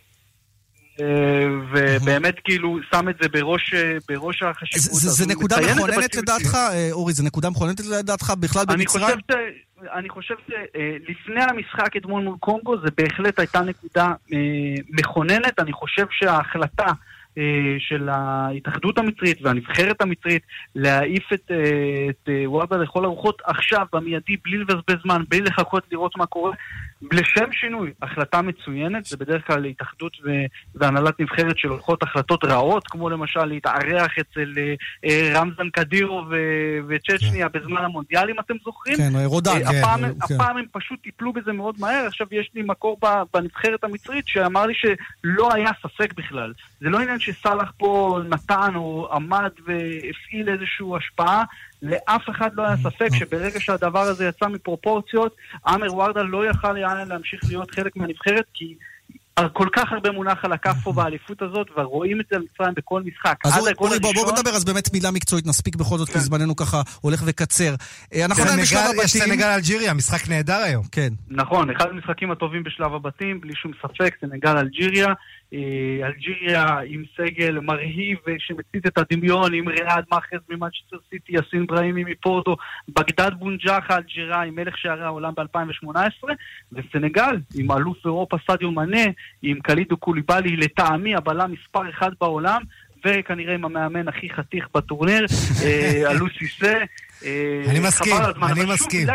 ובאמת כאילו שם את זה בראש החשיבות. זה נקודה מכוננת לדעתך, אורי, זה נקודה מכוננת לדעתך בכלל במצרים? אני חושב שלפני המשחק אתמול מול קונגו זה בהחלט הייתה נקודה מכוננת. אני חושב שההחלטה של ההתאחדות המצרית והנבחרת המצרית להעיף את ורדה לכל הרוחות עכשיו במיידי, בלי לבזבז זמן, בלי לחכות לראות מה קורה, לשם שינוי. החלטה מצוינת, זה בדרך כלל להתאחדות והנהלת נבחרת של הולכות החלטות רעות, כמו למשל להתארח אצל רמזן קדירו וצ'צ'ניה בזמן המונדיאל, אם אתם זוכרים. כן, רודן. הפעם הם פשוט טיפלו בזה מאוד מהר. עכשיו יש לי מקור בנבחרת המצרית שאמר לי שלא היה ספק בכלל. זה לא עניין שסלאח פה נתן או עמד והפעיל איזושהי השפעה, לאף אחד לא היה ספק שברגע שהדבר הזה יצא מפרופורציות, תאמר ורדה לא יכל להמשיך להיות חלק מהנבחרת, כי כל כך הרבה מונח על הכף פה באליפות הזאת, ורואים את זה במצרים בכל משחק. אז אורי, בוא נדבר אז באמת מילה מקצועית, נספיק בכל זאת, כי זמננו ככה הולך וקצר. יש סנגל אלג'יריה, משחק נהדר היום. כן. נכון, אחד המשחקים הטובים בשלב הבתים, בלי שום ספק, סנגל אלג'יריה. אלג'יריה עם סגל מרהיב שמצית את הדמיון, עם ריאד מאחז ממנצ'סטר סיטי, יאסין בראימי מפורטו, בגדד בונג'אחה אלג'ירה עם מלך שערי העולם ב-2018, וסנגל עם אלוף אירופה סדיו מנה, עם קלידו קוליבאלי, לטעמי הבלם מספר 1 בעולם, וכנראה עם המאמן הכי חתיך בטורניר, אלו סיסה. אני מסכים.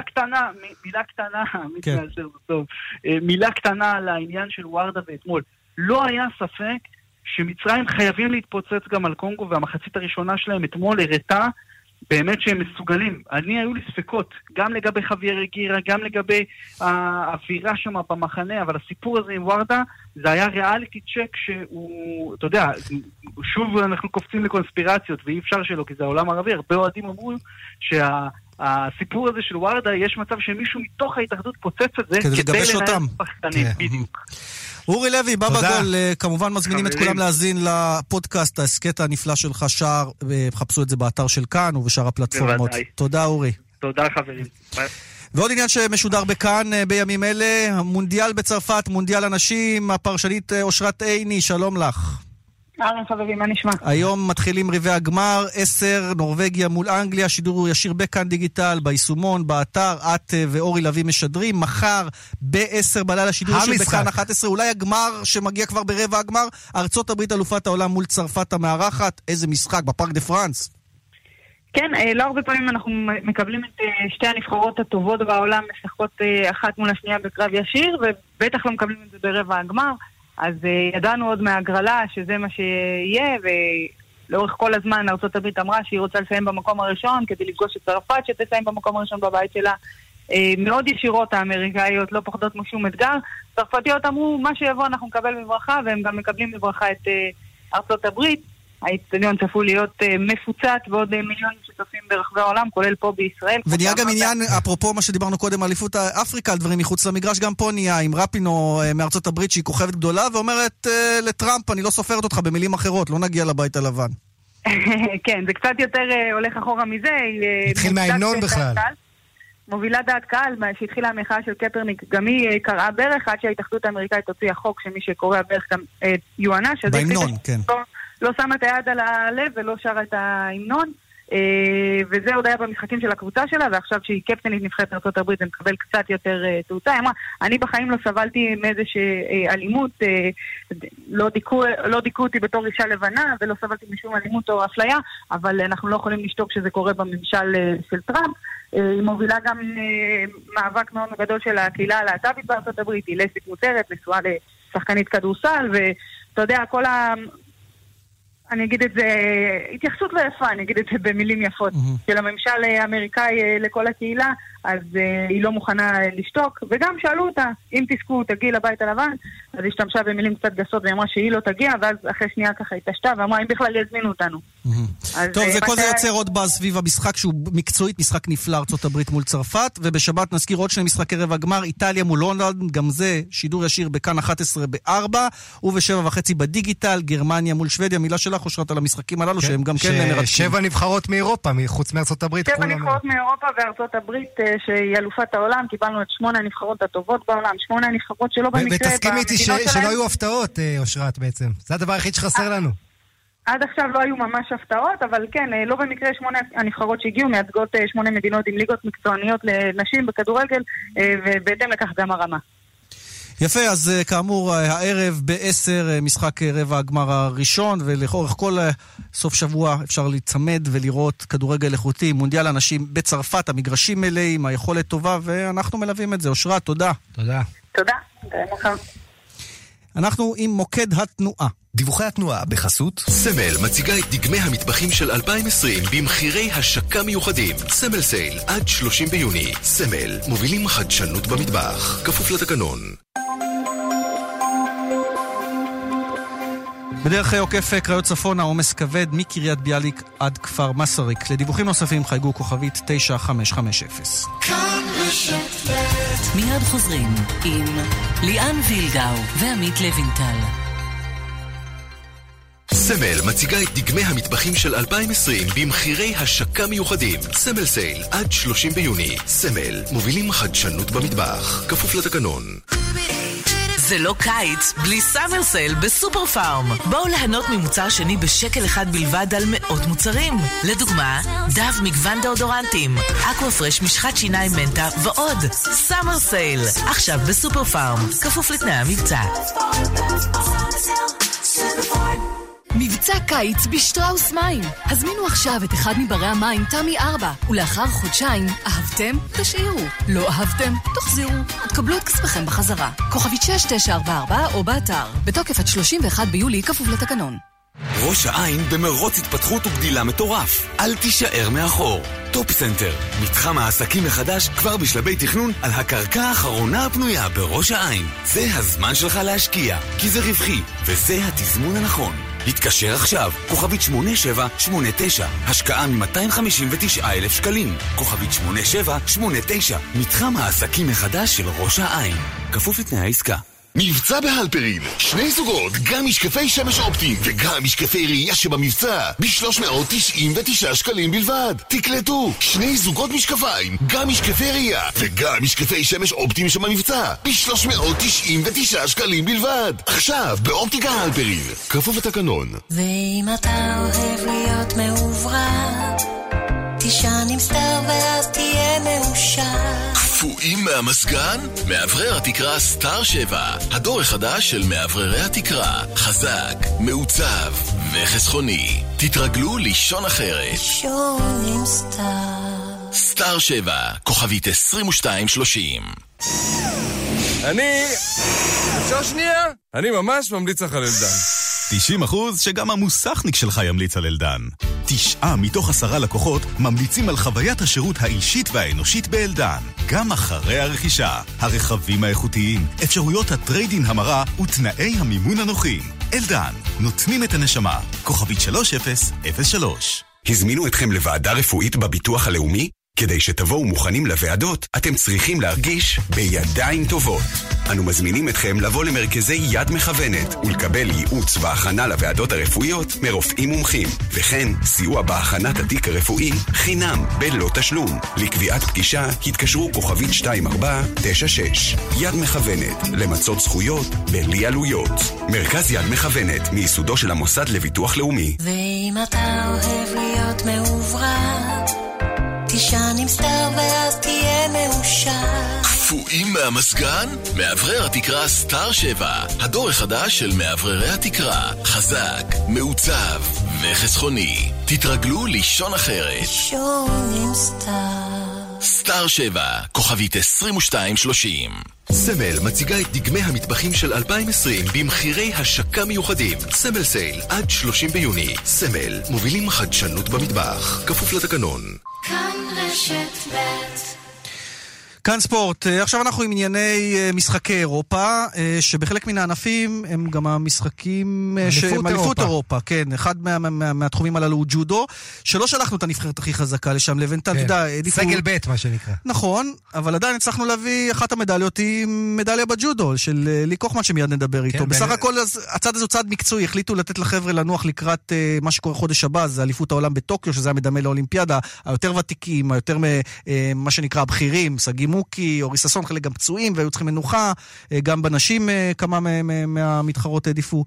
מילה קטנה על העניין של ורדה ואתמול. לא היה ספק שמצרים חייבים להתפוצץ גם על קונגו, והמחצית הראשונה שלהם אתמול הראתה באמת שהם מסוגלים. היו לי ספקות, גם לגבי חוויאר גירה, גם לגבי האווירה שם במחנה, אבל הסיפור הזה עם ורדה, זה היה ריאליטי צ'ק שהוא, אתה יודע, שוב אנחנו קופצים לקונספירציות, ואי אפשר שלא, כי זה העולם הערבי, הרבה אוהדים אמרו הסיפור הזה של ורדה, יש מצב שמישהו מתוך ההתאחדות פוצץ את זה כדי לנהל פחדנים, בדיוק. אורי לוי, בבא גול, כמובן מזמינים את כולם להזין לפודקאסט, ההסקט הנפלא שלך, שער, חפשו את זה באתר של כאן ובשאר הפלטפורמות. תודה אורי. תודה חברים. ועוד עניין שמשודר בכאן בימים אלה, המונדיאל בצרפת, מונדיאל הנשים, הפרשנית אושרת עיני, שלום לך. אהלן חברים, מה נשמע? היום מתחילים רבעי הגמר, 10, נורווגיה מול אנגליה, שידור ישיר בכאן דיגיטל, ביישומון, באתר, את ואורי לוי משדרים, מחר ב-10 בלילה שידור ישיר בכאן 11, אולי הגמר שמגיע כבר ברבע הגמר, ארצות הברית אלופת העולם מול צרפת המארחת, איזה משחק בפארק דה פרנס. כן, לא הרבה פעמים אנחנו מקבלים את שתי הנבחרות הטובות בעולם, משחקות אחת מול השנייה בקרב ישיר, ובטח לא מקבלים את זה ברבע הגמר. אז ידענו עוד מהגרלה שזה מה שיהיה, ולאורך כל הזמן ארצות הברית אמרה שהיא רוצה לסיים במקום הראשון, כדי לפגוש את צרפת שתסיים במקום הראשון בבית שלה. מאוד ישירות האמריקאיות, לא פוחדות משום אתגר. צרפתיות אמרו, מה שיבוא אנחנו נקבל בברכה, והם גם מקבלים בברכה את ארצות הברית. האצטדיון צפוי להיות מפוצץ ועוד מיליון שותפים ברחבי העולם, כולל פה בישראל. ונהיה גם עניין, אפרופו מה שדיברנו קודם, אליפות אפריקה, על דברים מחוץ למגרש, גם פה נהיה עם רפינו מארצות הברית שהיא כוכבת גדולה, ואומרת לטראמפ, אני לא סופרת אותך במילים אחרות, לא נגיע לבית הלבן. כן, זה קצת יותר הולך אחורה מזה. התחיל מההמנון בכלל. מובילה דעת קהל, שהתחילה המחאה של קפרניק, גם היא קראה ברך, עד שההתאחדות האמריקאית הוציאה חוק שמי שקורא ברך גם יוענש. בהמנון, כן. לא שמה את היד על הלב ולא שרה את ההמנון. וזה עוד היה במשחקים של הקבוצה שלה, ועכשיו שהיא קפטנית נבחרת ארצות הברית זה מקבל קצת יותר תאוצה. אני בחיים לא סבלתי מאיזושהי אלימות, לא דיכאו אותי בתור אישה לבנה, ולא סבלתי משום אלימות או אפליה, אבל אנחנו לא יכולים לשתוק שזה קורה בממשל של טראמפ. היא מובילה גם מאבק מאוד גדול של הקהילה הלהט"בית בארצות הברית, היא לסבית מותרת, נשואה לשחקנית כדורסל, ואתה יודע, כל אני אגיד את זה, התייחסות לא יפה, אני אגיד את זה במילים יפות, של הממשל האמריקאי לכל הקהילה, אז היא לא מוכנה לשתוק, וגם שאלו אותה, אם תזכו, תגיעי לבית הלבן, אז השתמשה במילים קצת גסות, ואמרה שהיא לא תגיע, ואז אחרי שנייה ככה התעשתה, ואמרה, אם בכלל יזמינו אותנו. טוב, זה כל זה יוצר עוד באז סביב המשחק, שהוא מקצועית משחק נפלא, ארצות הברית מול צרפת, ובשבת נזכיר עוד שני משחקי רבע גמר, איטליה מול הולנד, גם זה שידור ישיר בכאן 11 ב-4, וב-7:30 בדיגיטל, גרמניה מול שוודיה, מילה שלך אושרת על המשחקים הללו, שהם גם כן מרתקים. 7 נבחרות מאירופה, חוץ מארצות הברית. 7 נבחרות מאירופה וארצות הברית שהיא אלופת העולם, קיבלנו את 8 הנבחרות הטובות בעולם, 8 הנבחרות שלא במקרה ותסכים איתי שלא היו הפתעות, אושרת בעצם. זה הדבר היחיד שחסר לנו. עד עכשיו לא היו ממש הפתעות, אבל כן, לא במקרה 8 הנבחרות שהגיעו, מייצגות 8 מדינות עם ליגות מקצועניות לנשים בכדורגל, ובהתאם לכך גם הרמה. יפה, אז כאמור, הערב ב-10 משחק רבע הגמר הראשון, ולאורך כל סוף שבוע אפשר להצמד ולראות כדורגל איכותי, מונדיאל אנשים בצרפת, המגרשים מלאים, היכולת טובה, ואנחנו מלווים את זה. אושרת, תודה. תודה. תודה. אנחנו עם מוקד התנועה. דיווחי התנועה בחסות סמל מציגה את דגמי המטבחים של 2020 במחירי השקה מיוחדים. סמל סייל עד 30 ביוני. סמל מובילים חדשנות במטבח, כפוף לתקנון. בדרך עוקף קריות צפון העומס כבד מקריית ביאליק עד כפר מסריק. לדיווחים נוספים חייגו כוכבית 9550. מיד חוזרים עם ליאן וילדאו ועמית לוינטל. סמל מציגה את דגמי המטבחים של 2020 במחירי השקה מיוחדים. סמל סייל עד 30 ביוני. סמל מובילים חדשנות במטבח, כפוף לתקנון. זה לא קיץ בלי סאמר סייל בסופר פארם. בואו ליהנות ממוצר שני בשקל אחד בלבד על מאות מוצרים. לדוגמה, דב מגוון דאודורנטים, אקווה פרש משחת שיניים מנטה ועוד. סאמר סייל, עכשיו בסופר פארם, כפוף לתנאי המבצע. מבצע קיץ בשטראוס מים. הזמינו עכשיו את אחד מברי המים תמי 4, ולאחר חודשיים, אהבתם? תשאירו. לא אהבתם? תחזירו. תקבלו את כספכם בחזרה. כוכבית 6944 או באתר. בתוקף עד 31 ביולי כפוף לתקנון. ראש העין במרוץ התפתחות וגדילה מטורף. אל תישאר מאחור. טופ סנטר, מתחם העסקים מחדש כבר בשלבי תכנון על הקרקע האחרונה הפנויה בראש העין. זה הזמן שלך להשקיע, כי זה רווחי, וזה התזמון הנכון. התקשר עכשיו, כוכבית 8789, השקעה מ-259,000 שקלים. כוכבית 8789, מתחם העסקים מחדש של ראש העין. כפוף לתנאי העסקה. מבצע בהלפרין, 2 זוגות, גם משקפי שמש אופטיים וגם משקפי ראייה שבמבצע ב-399 שקלים בלבד. תקלטו, 2 זוגות משקפיים, גם משקפי ראייה וגם משקפי שמש אופטיים שבמבצע ב-399 שקלים בלבד. עכשיו באופטיקה הלפרין, כפוף לתקנון. ואם אתה אוהב להיות מעוברה, תישן עם סטאר ואז תהיה מאושר. קפואים מהמסגן? מאוורר התקרה סטאר 7, הדור החדש של מאווררי התקרה. חזק, מעוצב וחסכוני. תתרגלו לישון אחרת. לישון עם סטאר. סטאר 7, כוכבית 2230. אפשר שנייה? אני ממש ממליץ לך על אלדן. 90% שגם המוסכניק שלך ימליץ על אלדן. 9 מתוך 10 לקוחות ממליצים על חוויית השירות האישית והאנושית באלדן. גם אחרי הרכישה, הרכבים האיכותיים, אפשרויות הטריידין המרה ותנאי המימון הנוחים. אלדן, נותנים את הנשמה. כוכבית 3003. הזמינו אתכם לוועדה רפואית בביטוח הלאומי? כדי שתבואו מוכנים לוועדות, אתם צריכים להרגיש בידיים טובות. אנו מזמינים אתכם לבוא למרכזי יד מכוונת ולקבל ייעוץ והכנה לוועדות הרפואיות מרופאים מומחים, וכן סיוע בהכנת התיק הרפואי חינם בלא תשלום. לקביעת פגישה התקשרו כוכבית 2496. יד מכוונת, למצות זכויות בלי עלויות. מרכז יד מכוונת, מייסודו של המוסד לביטוח לאומי. ואם אתה אוהב להיות מעוברה, תישן עם סטאר ואז תהיה מאושר. קפואים מהמסגן? מאוורר התקרה סטאר 7, הדור החדש של מאווררי התקרה. חזק, מעוצב וחסכוני. תתרגלו לישון אחרת. לישון עם סטאר. סטאר 7, כוכבית 2230. סמל מציגה את דגמי המטבחים של 2020 במחירי השקה מיוחדים. סמל סייל עד 30 ביוני. סמל, מובילים חדשנות במטבח. כפוף לתקנון. כאן רשת ב'. כאן ספורט. עכשיו אנחנו עם ענייני משחקי אירופה, שבחלק מן הענפים הם גם המשחקים של אליפות אירופה. כן, אחד מהתחומים הללו הוא ג'ודו, שלא שלחנו את הנבחרת הכי חזקה לשם, לבנטל, אתה יודע, סגל ב' מה שנקרא. נכון, אבל עדיין הצלחנו להביא אחת המדליות היא מדליה בג'ודו, של לי קוחמן שמיד נדבר איתו. בסך הכל הצד הזה הוא צד מקצועי, החליטו לתת לחבר'ה לנוח לקראת מה שקורה חודש הבא, זה אליפות העולם בטוקיו, שזה המדמה לאולימפיאדה, היותר ותיקים, היותר מה שנקרא הבכירים, סגים מוקי, אורי ססון, חלק גם פצועים והיו צריכים מנוחה, גם בנשים כמה מהמתחרות העדיפו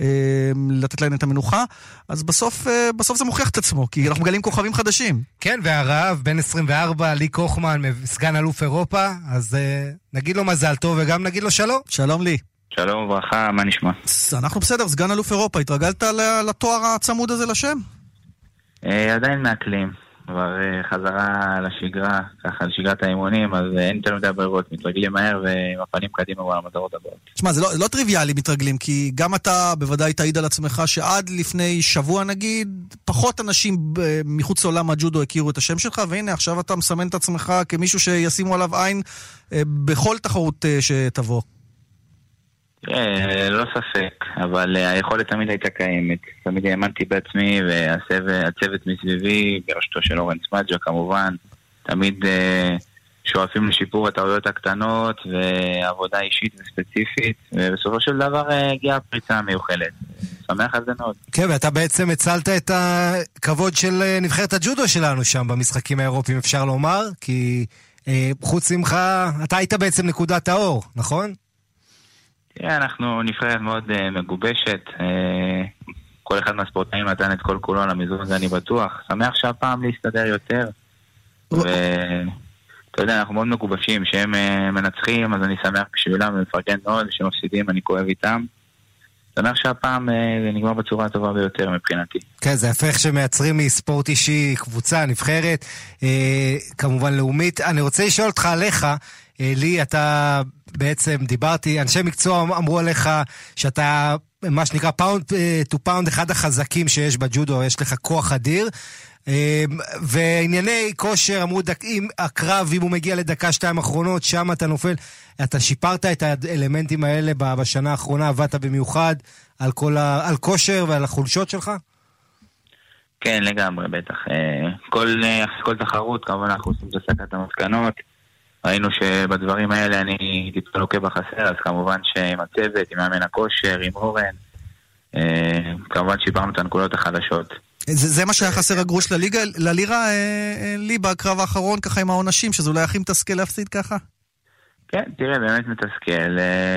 לתת להן את המנוחה, אז בסוף זה מוכיח את עצמו, כי אנחנו מגלים כוכבים חדשים. כן, והרעב, בן 24, לי קוחמן, סגן אלוף אירופה, אז נגיד לו מזל טוב וגם נגיד לו שלום. שלום לי. שלום וברכה, מה נשמע? אנחנו בסדר, סגן אלוף אירופה, התרגלת לתואר הצמוד הזה לשם? עדיין מעכלים. כבר חזרה לשגרה, ככה לשגרת האימונים, אז אין יותר מדי ברירות, מתרגלים מהר ועם הפנים קדימה במטרות הבאות. תשמע, זה לא טריוויאלי מתרגלים, כי גם אתה בוודאי תעיד על עצמך שעד לפני שבוע נגיד, פחות אנשים מחוץ לעולם הג'ודו הכירו את השם שלך, והנה עכשיו אתה מסמן את עצמך כמישהו שישימו עליו עין בכל תחרות שתבוא. לא ספק, אבל היכולת תמיד הייתה קיימת. תמיד האמנתי בעצמי, והצוות מסביבי, בראשותו של אורן סמאג'ה כמובן, תמיד שואפים לשיפור הטעויות הקטנות, ועבודה אישית וספציפית, ובסופו של דבר הגיעה פריצה מיוחלת. שמח על זה מאוד. כן, ואתה בעצם הצלת את הכבוד של נבחרת הג'ודו שלנו שם, במשחקים האירופיים אפשר לומר, כי חוץ ממך, אתה היית בעצם נקודת האור, נכון? אנחנו נבחרת מאוד מגובשת, כל אחד מהספורטאים נתן את כל כולו למזון הזה, אני בטוח. שמח שהפעם להסתדר יותר, ואתה יודע, אנחנו מאוד מגובשים, שהם מנצחים, אז אני שמח בשבילם ומפרגן מאוד, ושהם מפסידים, אני כואב איתם. שמח שהפעם זה נגמר בצורה הטובה ביותר מבחינתי. כן, זה הפך שמייצרים מספורט אישי, קבוצה, נבחרת, כמובן לאומית. אני רוצה לשאול אותך עליך, לי, אתה בעצם דיברתי, אנשי מקצוע אמרו עליך שאתה מה שנקרא פאונד טו פאונד, אחד החזקים שיש בג'ודו, יש לך כוח אדיר, וענייני כושר אמרו, אם הקרב, אם הוא מגיע לדקה 2 אחרונות, שם אתה נופל, אתה שיפרת את האלמנטים האלה בשנה האחרונה, עבדת במיוחד על כושר ועל החולשות שלך? כן, לגמרי, בטח. כל תחרות, כמובן אנחנו עושים את הסקת המסקנות, ראינו שבדברים האלה אני טיפה לוקה בחסר, אז כמובן שעם הצוות, עם מאמן הכושר, עם אורן, כמובן שיפרנו את הנקודות החדשות. זה מה שהיה חסר הגרוש ללירה, לי בקרב האחרון, ככה עם העונשים, שזה אולי הכי מתסכל להפסיד ככה? כן, תראה, באמת מתסכל.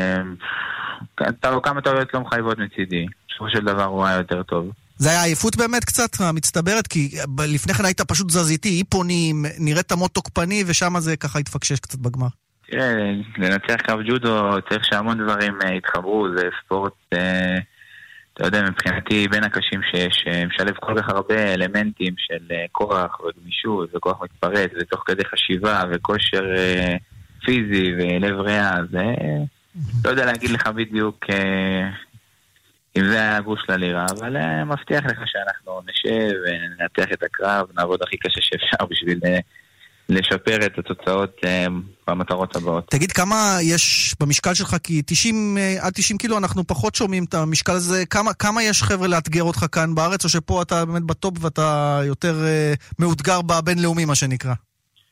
כמה טעויות לא מחייבות מצידי. בסופו של דבר הוא היה יותר טוב. זה היה עייפות באמת קצת מצטברת, כי לפני כן היית פשוט זזיתי, איפונים, נראית מאוד תוקפני, ושם זה ככה התפקשש קצת בגמר. תראה, לנצח קרב ג'ודו צריך שהמון דברים יתחברו, זה ספורט, אתה יודע, מבחינתי בין הקשים שיש, משלב כל כך הרבה אלמנטים של כוח וגמישות וכוח מתפרץ, ותוך כדי חשיבה וכושר פיזי ולב ריאה, אז לא יודע להגיד לך בדיוק אם זה היה הגוש ללירה, אבל מבטיח לך שאנחנו נשב וננתח את הקרב, נעבוד הכי קשה שאפשר בשביל לשפר את התוצאות במטרות הבאות. תגיד, כמה יש במשקל שלך? כי 90 עד 90 קילו אנחנו פחות שומעים את המשקל הזה. כמה יש חבר'ה לאתגר אותך כאן בארץ, או שפה אתה באמת בטופ ואתה יותר מאותגר בבינלאומי, מה שנקרא?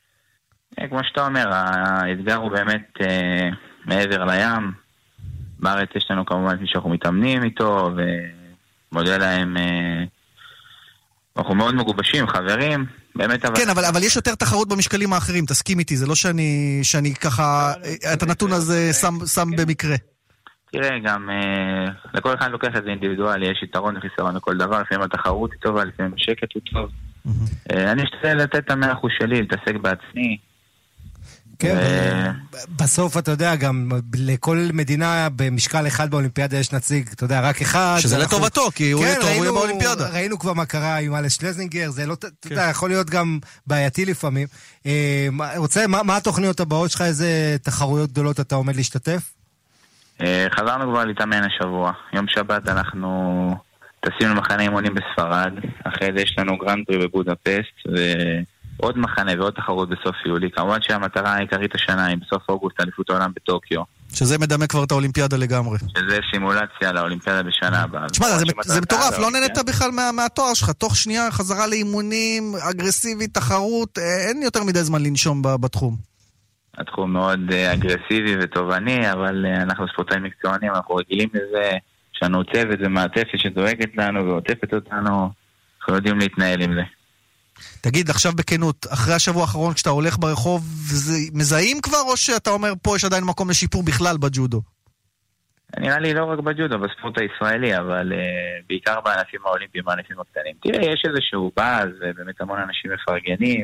כמו שאתה אומר, האתגר הוא באמת מעבר לים. בארץ יש לנו כמובן שאנחנו מתאמנים איתו, ומודה להם, אנחנו מאוד מגובשים, חברים, באמת. כן, אבל יש יותר תחרות במשקלים האחרים, תסכים איתי, זה לא שאני ככה, את הנתון הזה שם במקרה. תראה, גם לכל אחד לוקח את זה אינדיבידואלי, יש יתרון וחיסרון לכל דבר, לפעמים התחרות היא טובה, לפעמים השקט הוא טוב. אני אשתדל לתת את 100% שלי, להתעסק בעצמי. כן, בסוף אתה יודע, גם לכל מדינה במשקל אחד באולימפיאדה יש נציג, אתה יודע, רק אחד. שזה לטובתו, כי הוא יהיה טוב, הוא יהיה באולימפיאדה. ראינו כבר מה קרה עם אלס שלזינגר, זה לא, אתה יודע, יכול להיות גם בעייתי לפעמים. מה התוכניות הבאות שלך, איזה תחרויות גדולות אתה עומד להשתתף? חזרנו כבר להתאמן השבוע. יום שבת אנחנו טסים למחנה אימונים בספרד, אחרי זה יש לנו גרנד פרי בבודפסט, ועוד מחנה ועוד תחרות בסוף יולי. כמובן שהמטרה העיקרית השנה היא בסוף אוגוסט אליפות העולם בטוקיו. שזה מדמה כבר את האולימפיאדה לגמרי. שזה סימולציה לאולימפיאדה בשנה הבאה. תשמע, זה מטורף, לא נהנית בכלל מהתואר שלך. תוך שנייה חזרה לאימונים, אגרסיבית, תחרות, אין יותר מדי זמן לנשום בתחום. התחום מאוד אגרסיבי וטובעני, אבל אנחנו ספורטאים מקצוענים, אנחנו רגילים לזה, יש לנו צוות ומעטפת שדואגת לנו ועוטפת אותנו, אנחנו יודעים להתנהל עם זה. תגיד, עכשיו בכנות, אחרי השבוע האחרון כשאתה הולך ברחוב, מזהים כבר או שאתה אומר פה יש עדיין מקום לשיפור בכלל בג'ודו? נראה לי לא רק בג'ודו, בספורט הישראלי, אבל בעיקר בענפים האולימפיים, בענפים הקטנים. תראה, יש איזשהו באז, ובאמת המון אנשים מפרגנים.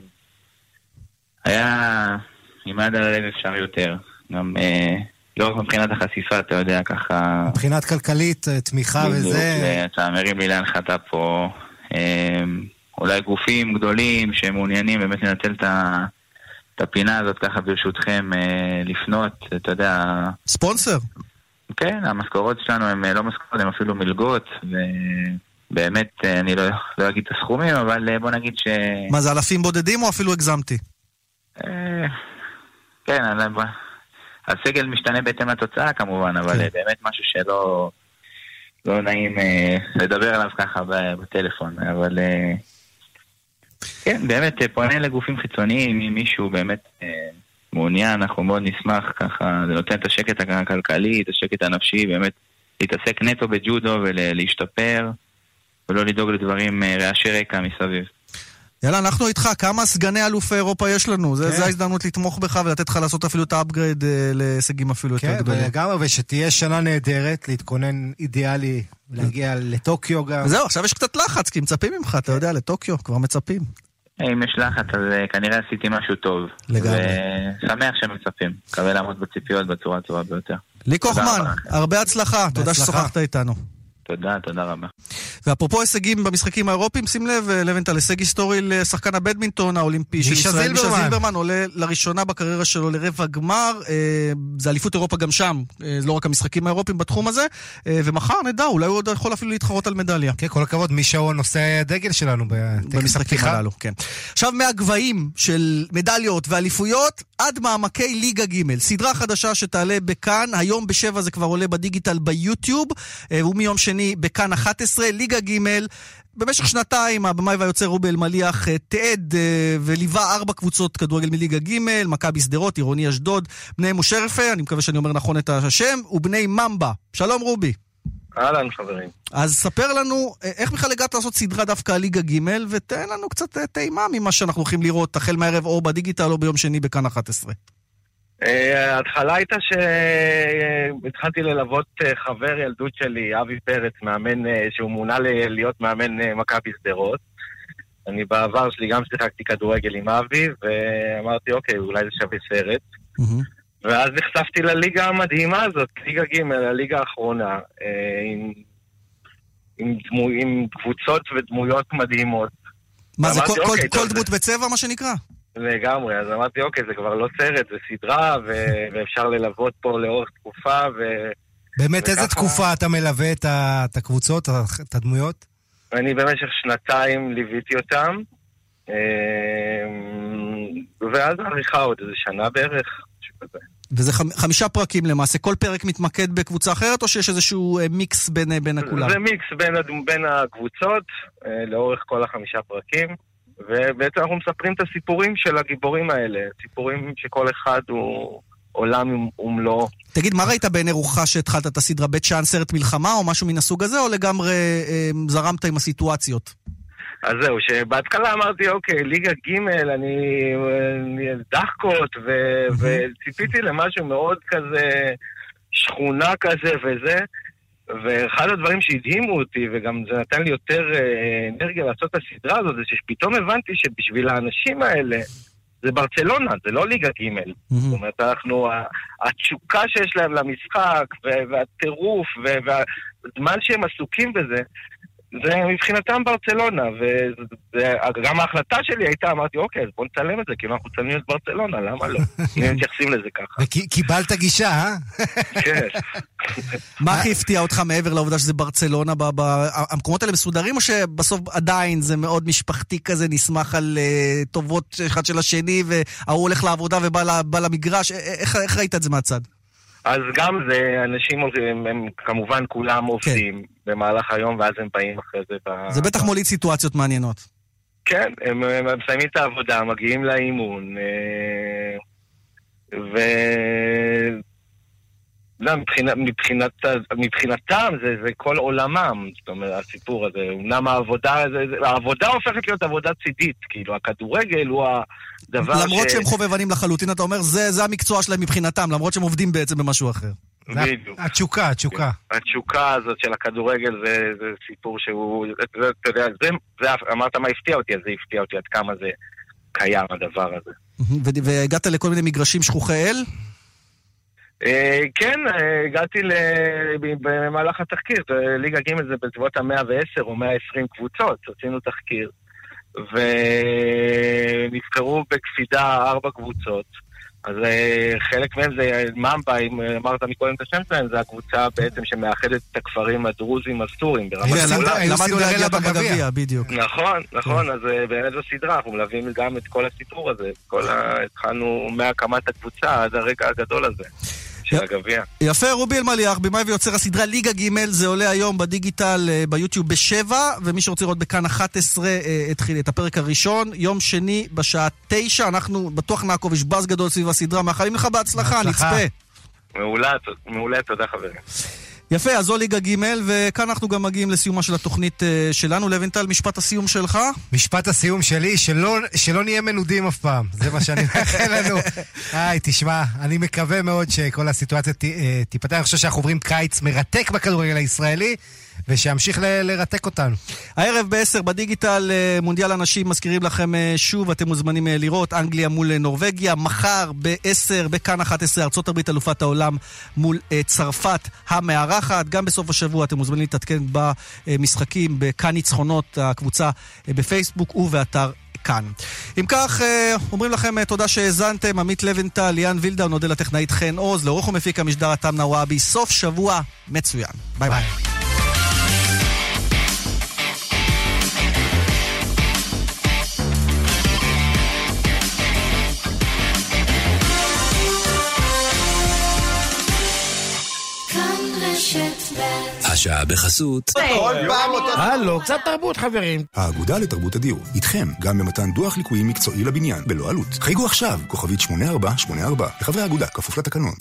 היה עם יד על הלב אפשר יותר. גם לא רק מבחינת החשיפה, אתה יודע, ככה... מבחינת כלכלית, תמיכה וזה... אתה מרים לי להנחתה פה... אולי גופים גדולים שמעוניינים באמת לנצל את הפינה הזאת ככה ברשותכם לפנות, אתה יודע... ספונסר? כן, המשכורות שלנו הן לא משכורות, הן אפילו מלגות, ובאמת אני לא אגיד את הסכומים, אבל בוא נגיד ש... מה, זה אלפים בודדים או אפילו הגזמתי? כן, הסגל משתנה בהתאם לתוצאה כמובן, אבל באמת משהו שלא נעים לדבר עליו ככה בטלפון, אבל... כן, באמת, פונה לגופים חיצוניים, אם מישהו באמת מעוניין, אנחנו מאוד נשמח ככה, זה נותן את השקט הכלכלי, את השקט הנפשי, באמת להתעסק נטו בג'ודו ולהשתפר, ולא לדאוג לדברים רעשי רקע מסביב. יאללה, אנחנו איתך, כמה סגני אלוף אירופה יש לנו? זה ההזדמנות לתמוך בך ולתת לך לעשות אפילו את האפגרייד להישגים אפילו יותר גדולים. כן, לגמרי, ושתהיה שנה נהדרת, להתכונן אידיאלי, להגיע לטוקיו גם. זהו, עכשיו יש קצת לחץ, כי מצפים ממך, אתה יודע, לטוקיו, כבר מצפים. אם יש לחץ, אז כנראה עשיתי משהו טוב. לגמרי. ושמח שמצפים, מקווה לעמוד בציפיות בצורה הטובה ביותר. לי כוחמן, הרבה הצלחה, תודה ששוחחת איתנו. תודה רבה. ואפרופו הישגים במשחקים האירופיים, שים לב, לבנטל, הישג היסטורי לשחקן הבדמינטון האולימפי של ישראל, מישה זילברמן, עולה לראשונה בקריירה שלו לרבע גמר, זה אליפות אירופה גם שם, לא רק המשחקים האירופיים בתחום הזה, ומחר נדע, אולי הוא עוד יכול אפילו להתחרות על מדליה. כן, כל הכבוד, מישה הוא נושא הדגל שלנו במשחקים הללו, כן. עכשיו מהגבהים של מדליות ואליפויות, עד מעמקי ליגה ג', סדרה חדשה שתעלה בכאן, היום ב7 זה כבר עולה בדיגיטל ביוטיוב, ומיום שני בכאן 11, ליגה ג'. במשך שנתיים הבמאי והיוצר רובי אלמליח תעד וליווה 4 קבוצות כדורגל מליגה ג', מכבי שדרות, עירוני אשדוד, בני מושרפה, אני מקווה שאני אומר נכון את השם, ובני ממבה. שלום רובי. אהלן חברים. אז ספר לנו איך בכלל הגעת לעשות סדרה דווקא ליגה ג' ותן לנו קצת טעימה ממה שאנחנו הולכים לראות החל מהערב או בדיגיטל או ביום שני בכאן 11. ההתחלה הייתה שהתחלתי ללוות חבר ילדות שלי, אבי פרץ, מאמן שהוא מונה להיות מאמן מכבי שדרות. אני בעבר שלי גם שיחקתי כדורגל עם אבי, ואמרתי אוקיי, אולי זה שווה סרט. ואז נחשפתי לליגה המדהימה הזאת, ליגה ג', הליגה האחרונה, עם קבוצות ודמויות מדהימות. מה זה, כל דמות בצבע מה שנקרא? לגמרי, אז אמרתי, אוקיי, זה כבר לא סרט, זה סדרה, ואפשר ללוות פה לאורך תקופה, באמת, איזה תקופה אתה מלווה את הקבוצות, את הדמויות? אני במשך 2 ליוויתי אותם, ואז העריכה עוד איזה שנה בערך, שכזה. וזה 5 פרקים למעשה, כל פרק מתמקד בקבוצה אחרת, או שיש איזשהו מיקס בין הכולם? זה מיקס בין הקבוצות, לאורך כל 5 פרקים, ובעצם אנחנו מספרים את הסיפורים של הגיבורים האלה, סיפורים שכל אחד הוא עולם ומלואו. תגיד, מה ראית בעיני רוחך שהתחלת את הסדרה? בית שען סרט מלחמה או משהו מן הסוג הזה, או לגמרי זרמת עם הסיטואציות? אז זהו, שבהתחלה אמרתי, אוקיי, ליגה ג' אני דחקות, וציפיתי למשהו מאוד כזה, שכונה כזה וזה, ואחד הדברים שהדהימו אותי, וגם זה נתן לי יותר אנרגיה לעשות את הסדרה הזאת, זה שפתאום הבנתי שבשביל האנשים האלה, זה ברצלונה, זה לא ליגה ג'. זאת אומרת, התשוקה שיש להם למשחק, והטירוף, והזמן שהם עסוקים בזה, זה מבחינתם ברצלונה, וגם ההחלטה שלי הייתה, אמרתי, אוקיי, אז בוא נצלם את זה, כי אנחנו צלמים את ברצלונה, למה לא? אם הם מתייחסים לזה ככה. וקיבלת גישה, אה? כן. מה הכי הפתיע אותך מעבר לעובדה שזה ברצלונה? המקומות האלה מסודרים, או שבסוף עדיין זה מאוד משפחתי כזה, נשמח על טובות אחד של השני, והוא הולך לעבודה ובא למגרש? איך ראית את זה מהצד? אז גם זה, אנשים הם כמובן כולם עובדים במהלך היום, ואז הם באים אחרי זה. זה בטח מוליד סיטואציות מעניינות. כן, הם מסיימים את העבודה, מגיעים לאימון, מבחינתם זה כל עולמם, זאת אומרת, הסיפור הזה. אומנם העבודה הופכת להיות עבודה צידית, כאילו, הכדורגל הוא הדבר למרות שהם חובבנים לחלוטין, אתה אומר, זה המקצוע שלהם מבחינתם, למרות שהם עובדים בעצם במשהו אחר. בדיוק. התשוקה. התשוקה הזאת של הכדורגל זה סיפור שהוא, אתה יודע, אמרת מה הפתיע אותי, אז זה הפתיע אותי עד כמה זה קיים הדבר הזה. והגעת לכל מיני מגרשים שכוחי אל? כן, הגעתי במהלך התחקיר, ליגה ג' זה בסביבות ה-110 או 120 קבוצות, עשינו תחקיר, ונבחרו בקפידה 4 קבוצות, אז חלק מהם זה ממבה, אם אמרת מקודם את השם שלהם, זה הקבוצה בעצם שמאחדת את הכפרים הדרוזים הסורים ברמת הגולן. למדנו להגיע בגביע, בדיוק. נכון, אז באמת זו סדרה, אנחנו מלווים גם את כל הסיפור הזה, התחלנו מהקמת הקבוצה עד הרגע הגדול הזה. הגביע. יפה, רובי אלמליח, במאי ויוצר הסדרה ליגה ג', זה עולה היום בדיגיטל ביוטיוב ב7, ומי שרוצה לראות בכאן 11 התחיל את הפרק הראשון, יום שני בשעה 9, אנחנו בטוח נעקוב, יש באז גדול סביב הסדרה, מאחלים לך בהצלחה, נצפה. מעולה, תודה חברים. יפה, אז זו ליגה ג', וכאן אנחנו גם מגיעים לסיומה של התוכנית שלנו. לוינטל, משפט הסיום שלך? משפט הסיום שלי, שלא נהיה מנודים אף פעם. זה מה שאני מאחל לנו. תשמע, אני מקווה מאוד שכל הסיטואציה תיפתח. אני חושב שאנחנו עוברים קיץ מרתק בכדורגל הישראלי, ושימשיך לרתק אותנו. הערב ב-10 בדיגיטל מונדיאל הנשים, מזכירים לכם שוב, אתם מוזמנים לראות אנגליה מול נורווגיה, מחר ב-10 בכאן 11 ארצות הברית אלופת העולם מול צרפת המארחת, גם בסוף השבוע אתם מוזמנים להתעדכן במשחקים בכאן ניצחונות הקבוצה בפייסבוק ובאתר כאן. אם כך, אומרים לכם תודה שהזנתם, עמית לוינטל, ליאן וילדה, נודה לטכנאית חן עוז, לעורך ומפיק המשדר אתם נוואבי, סוף שבוע מצוין. ביי ביי. השעה בחסות. הלו, קצת תרבות חברים. האגודה לתרבות הדיור, איתכם גם במתן דוח ליקויים מקצועי לבניין, בלא עלות. חייגו עכשיו, כוכבית 8484, לחברי האגודה, כפוף לתקנון.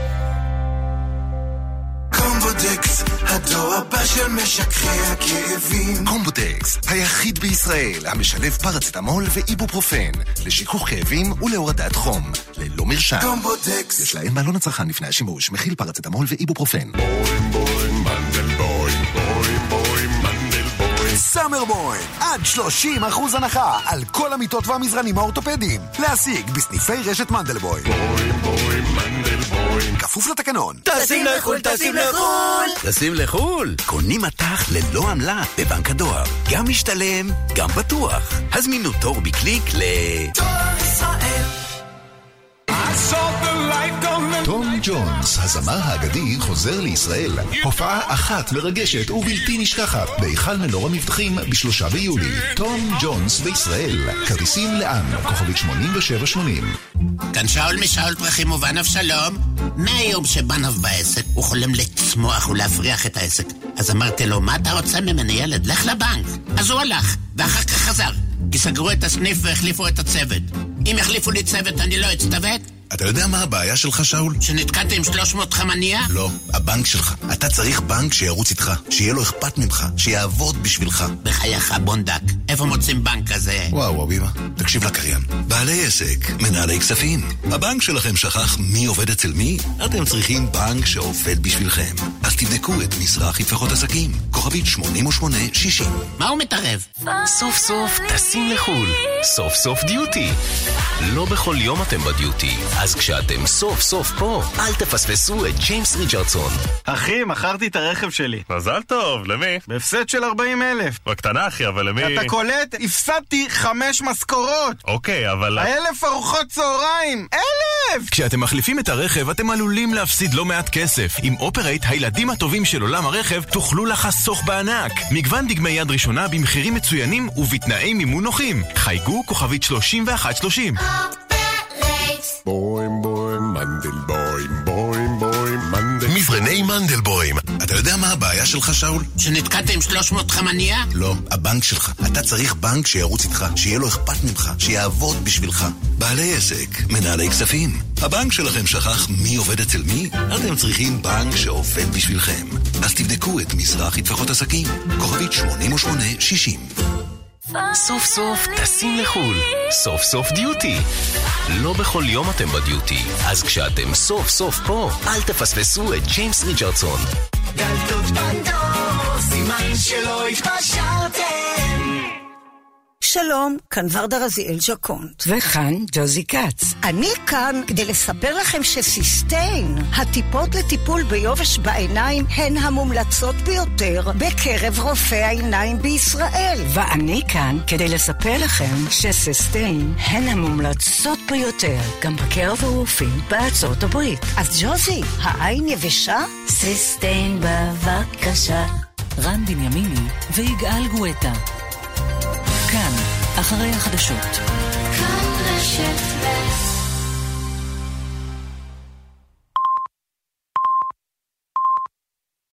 קומבוטקס, הדור הבא של משככי הכאבים. קומבוטקס, היחיד בישראל המשלב פרצטמול ואיבופרופן לשיכוך כאבים ולהורדת חום, ללא מרשם. קומבוטקס. יש להם מעלון הצרכן לפני השימוש, מכיל פרצטמול ואיבופרופן. בוים בוים מנדל בוים, בוים בוים מנדל בוים. סאמר בוים, עד 30% הנחה על כל המיטות והמזרנים האורתופדיים. להשיג בסניפי רשת מנדלבוים. בוים בוים מנדל בוים. כפוף לתקנון. טסים לחול, טסים לחול. טסים לחול. קונים מטח ללא עמלה בבנק הדואר. גם משתלם, גם בטוח. הזמינו תור בקליק דואר ישראל. טום ג'ונס, הזמר האגדי, חוזר לישראל. הופעה אחת מרגשת ובלתי נשכחת בהיכל מנור המבטחים ב3 ביולי. טום ג'ונס בישראל. כרטיסים לאן? כוכבית 8780. כאן שאול משאול פרחים ובנוב שלום. מהיום שבנוב בעסק הוא חולם לצמוח ולהפריח את העסק. אז אמרתי לו, מה אתה רוצה ממני ילד? לך לבנק. אז הוא הלך ואחר כך חזר. כי סגרו את הסניף והחליפו את הצוות. אם יחליפו לי צוות אני לא אצטוות? אתה יודע מה הבעיה שלך, שאול? שנתקעתי עם 300 חמניה? לא, הבנק שלך. אתה צריך בנק שירוץ איתך, שיהיה לו אכפת ממך, שיעבוד בשבילך. בחייך בונדק, איפה מוצאים בנק כזה? וואו, אבימה, תקשיב לקריין. בעלי עסק, מנהלי כספים. הבנק שלכם שכח מי עובד אצל מי? אתם צריכים בנק שעובד בשבילכם. אז תבדקו את מזרחי טפחות עסקים. כוכבית 8860. מה הוא מתערב? סוף סוף טסים לחול. סוף סוף דיוטי. לא בכל יום אתם בדיוטי. אז כשאתם סוף סוף פה, אל תפספסו את ג'יימס ריצ'רדסון. אחי, מכרתי את הרכב שלי. מזל טוב, למי? בהפסד של 40,000. בקטנה אחי, אבל למי? אתה קולט? הפסדתי 5 משכורות. אוקיי, אבל... 1,000 ארוחות צהריים! 1,000! כשאתם מחליפים את הרכב, אתם עלולים להפסיד לא מעט כסף. עם אופרייט, הילדים הטובים של עולם הרכב, תוכלו לחסוך בענק. מגוון דגמי יד ראשונה במחירים מצוינים ובתנאי מימון נוחים. חייגו כוכבית 3130. בוים בוים מנדלבוים, בוים בוים מנדל... מפרני מנדלבוים. אתה יודע מה הבעיה שלך, שאול? שנתקעת עם 300 חמניה? לא, הבנק שלך. אתה צריך בנק שירוץ איתך, שיהיה לו אכפת ממך, שיעבוד בשבילך. בעלי עסק, מנהלי כספים. הבנק שלכם שכח מי עובד אצל מי? אתם צריכים בנק שעובד בשבילכם. אז תבדקו את מזרחי טפחות עסקים. כוכבית 8860. סוף סוף טסים לחול. סוף סוף דיוטי. לא בכל יום אתם בדיוטי. אז כשאתם סוף סוף פה, אל תפספסו את ג'יימס ריצ'רדסון. דלתות פנדור, סימן שלא התפשרתם. שלום, כאן ורדה רזיאל ג'קונט. וכאן ג'וזי קץ. אני כאן כדי לספר לכם שסיסטיין, הטיפות לטיפול ביובש בעיניים, הן המומלצות ביותר בקרב רופאי העיניים בישראל. ואני כאן כדי לספר לכם שסיסטיין הן המומלצות ביותר גם בקרב הרופאים בארצות הברית. אז ג'וזי, העין יבשה? סיסטיין בבקשה. רן בנימיני ויגאל גואטה. כאן, אחרי החדשות. כאן רשת ב'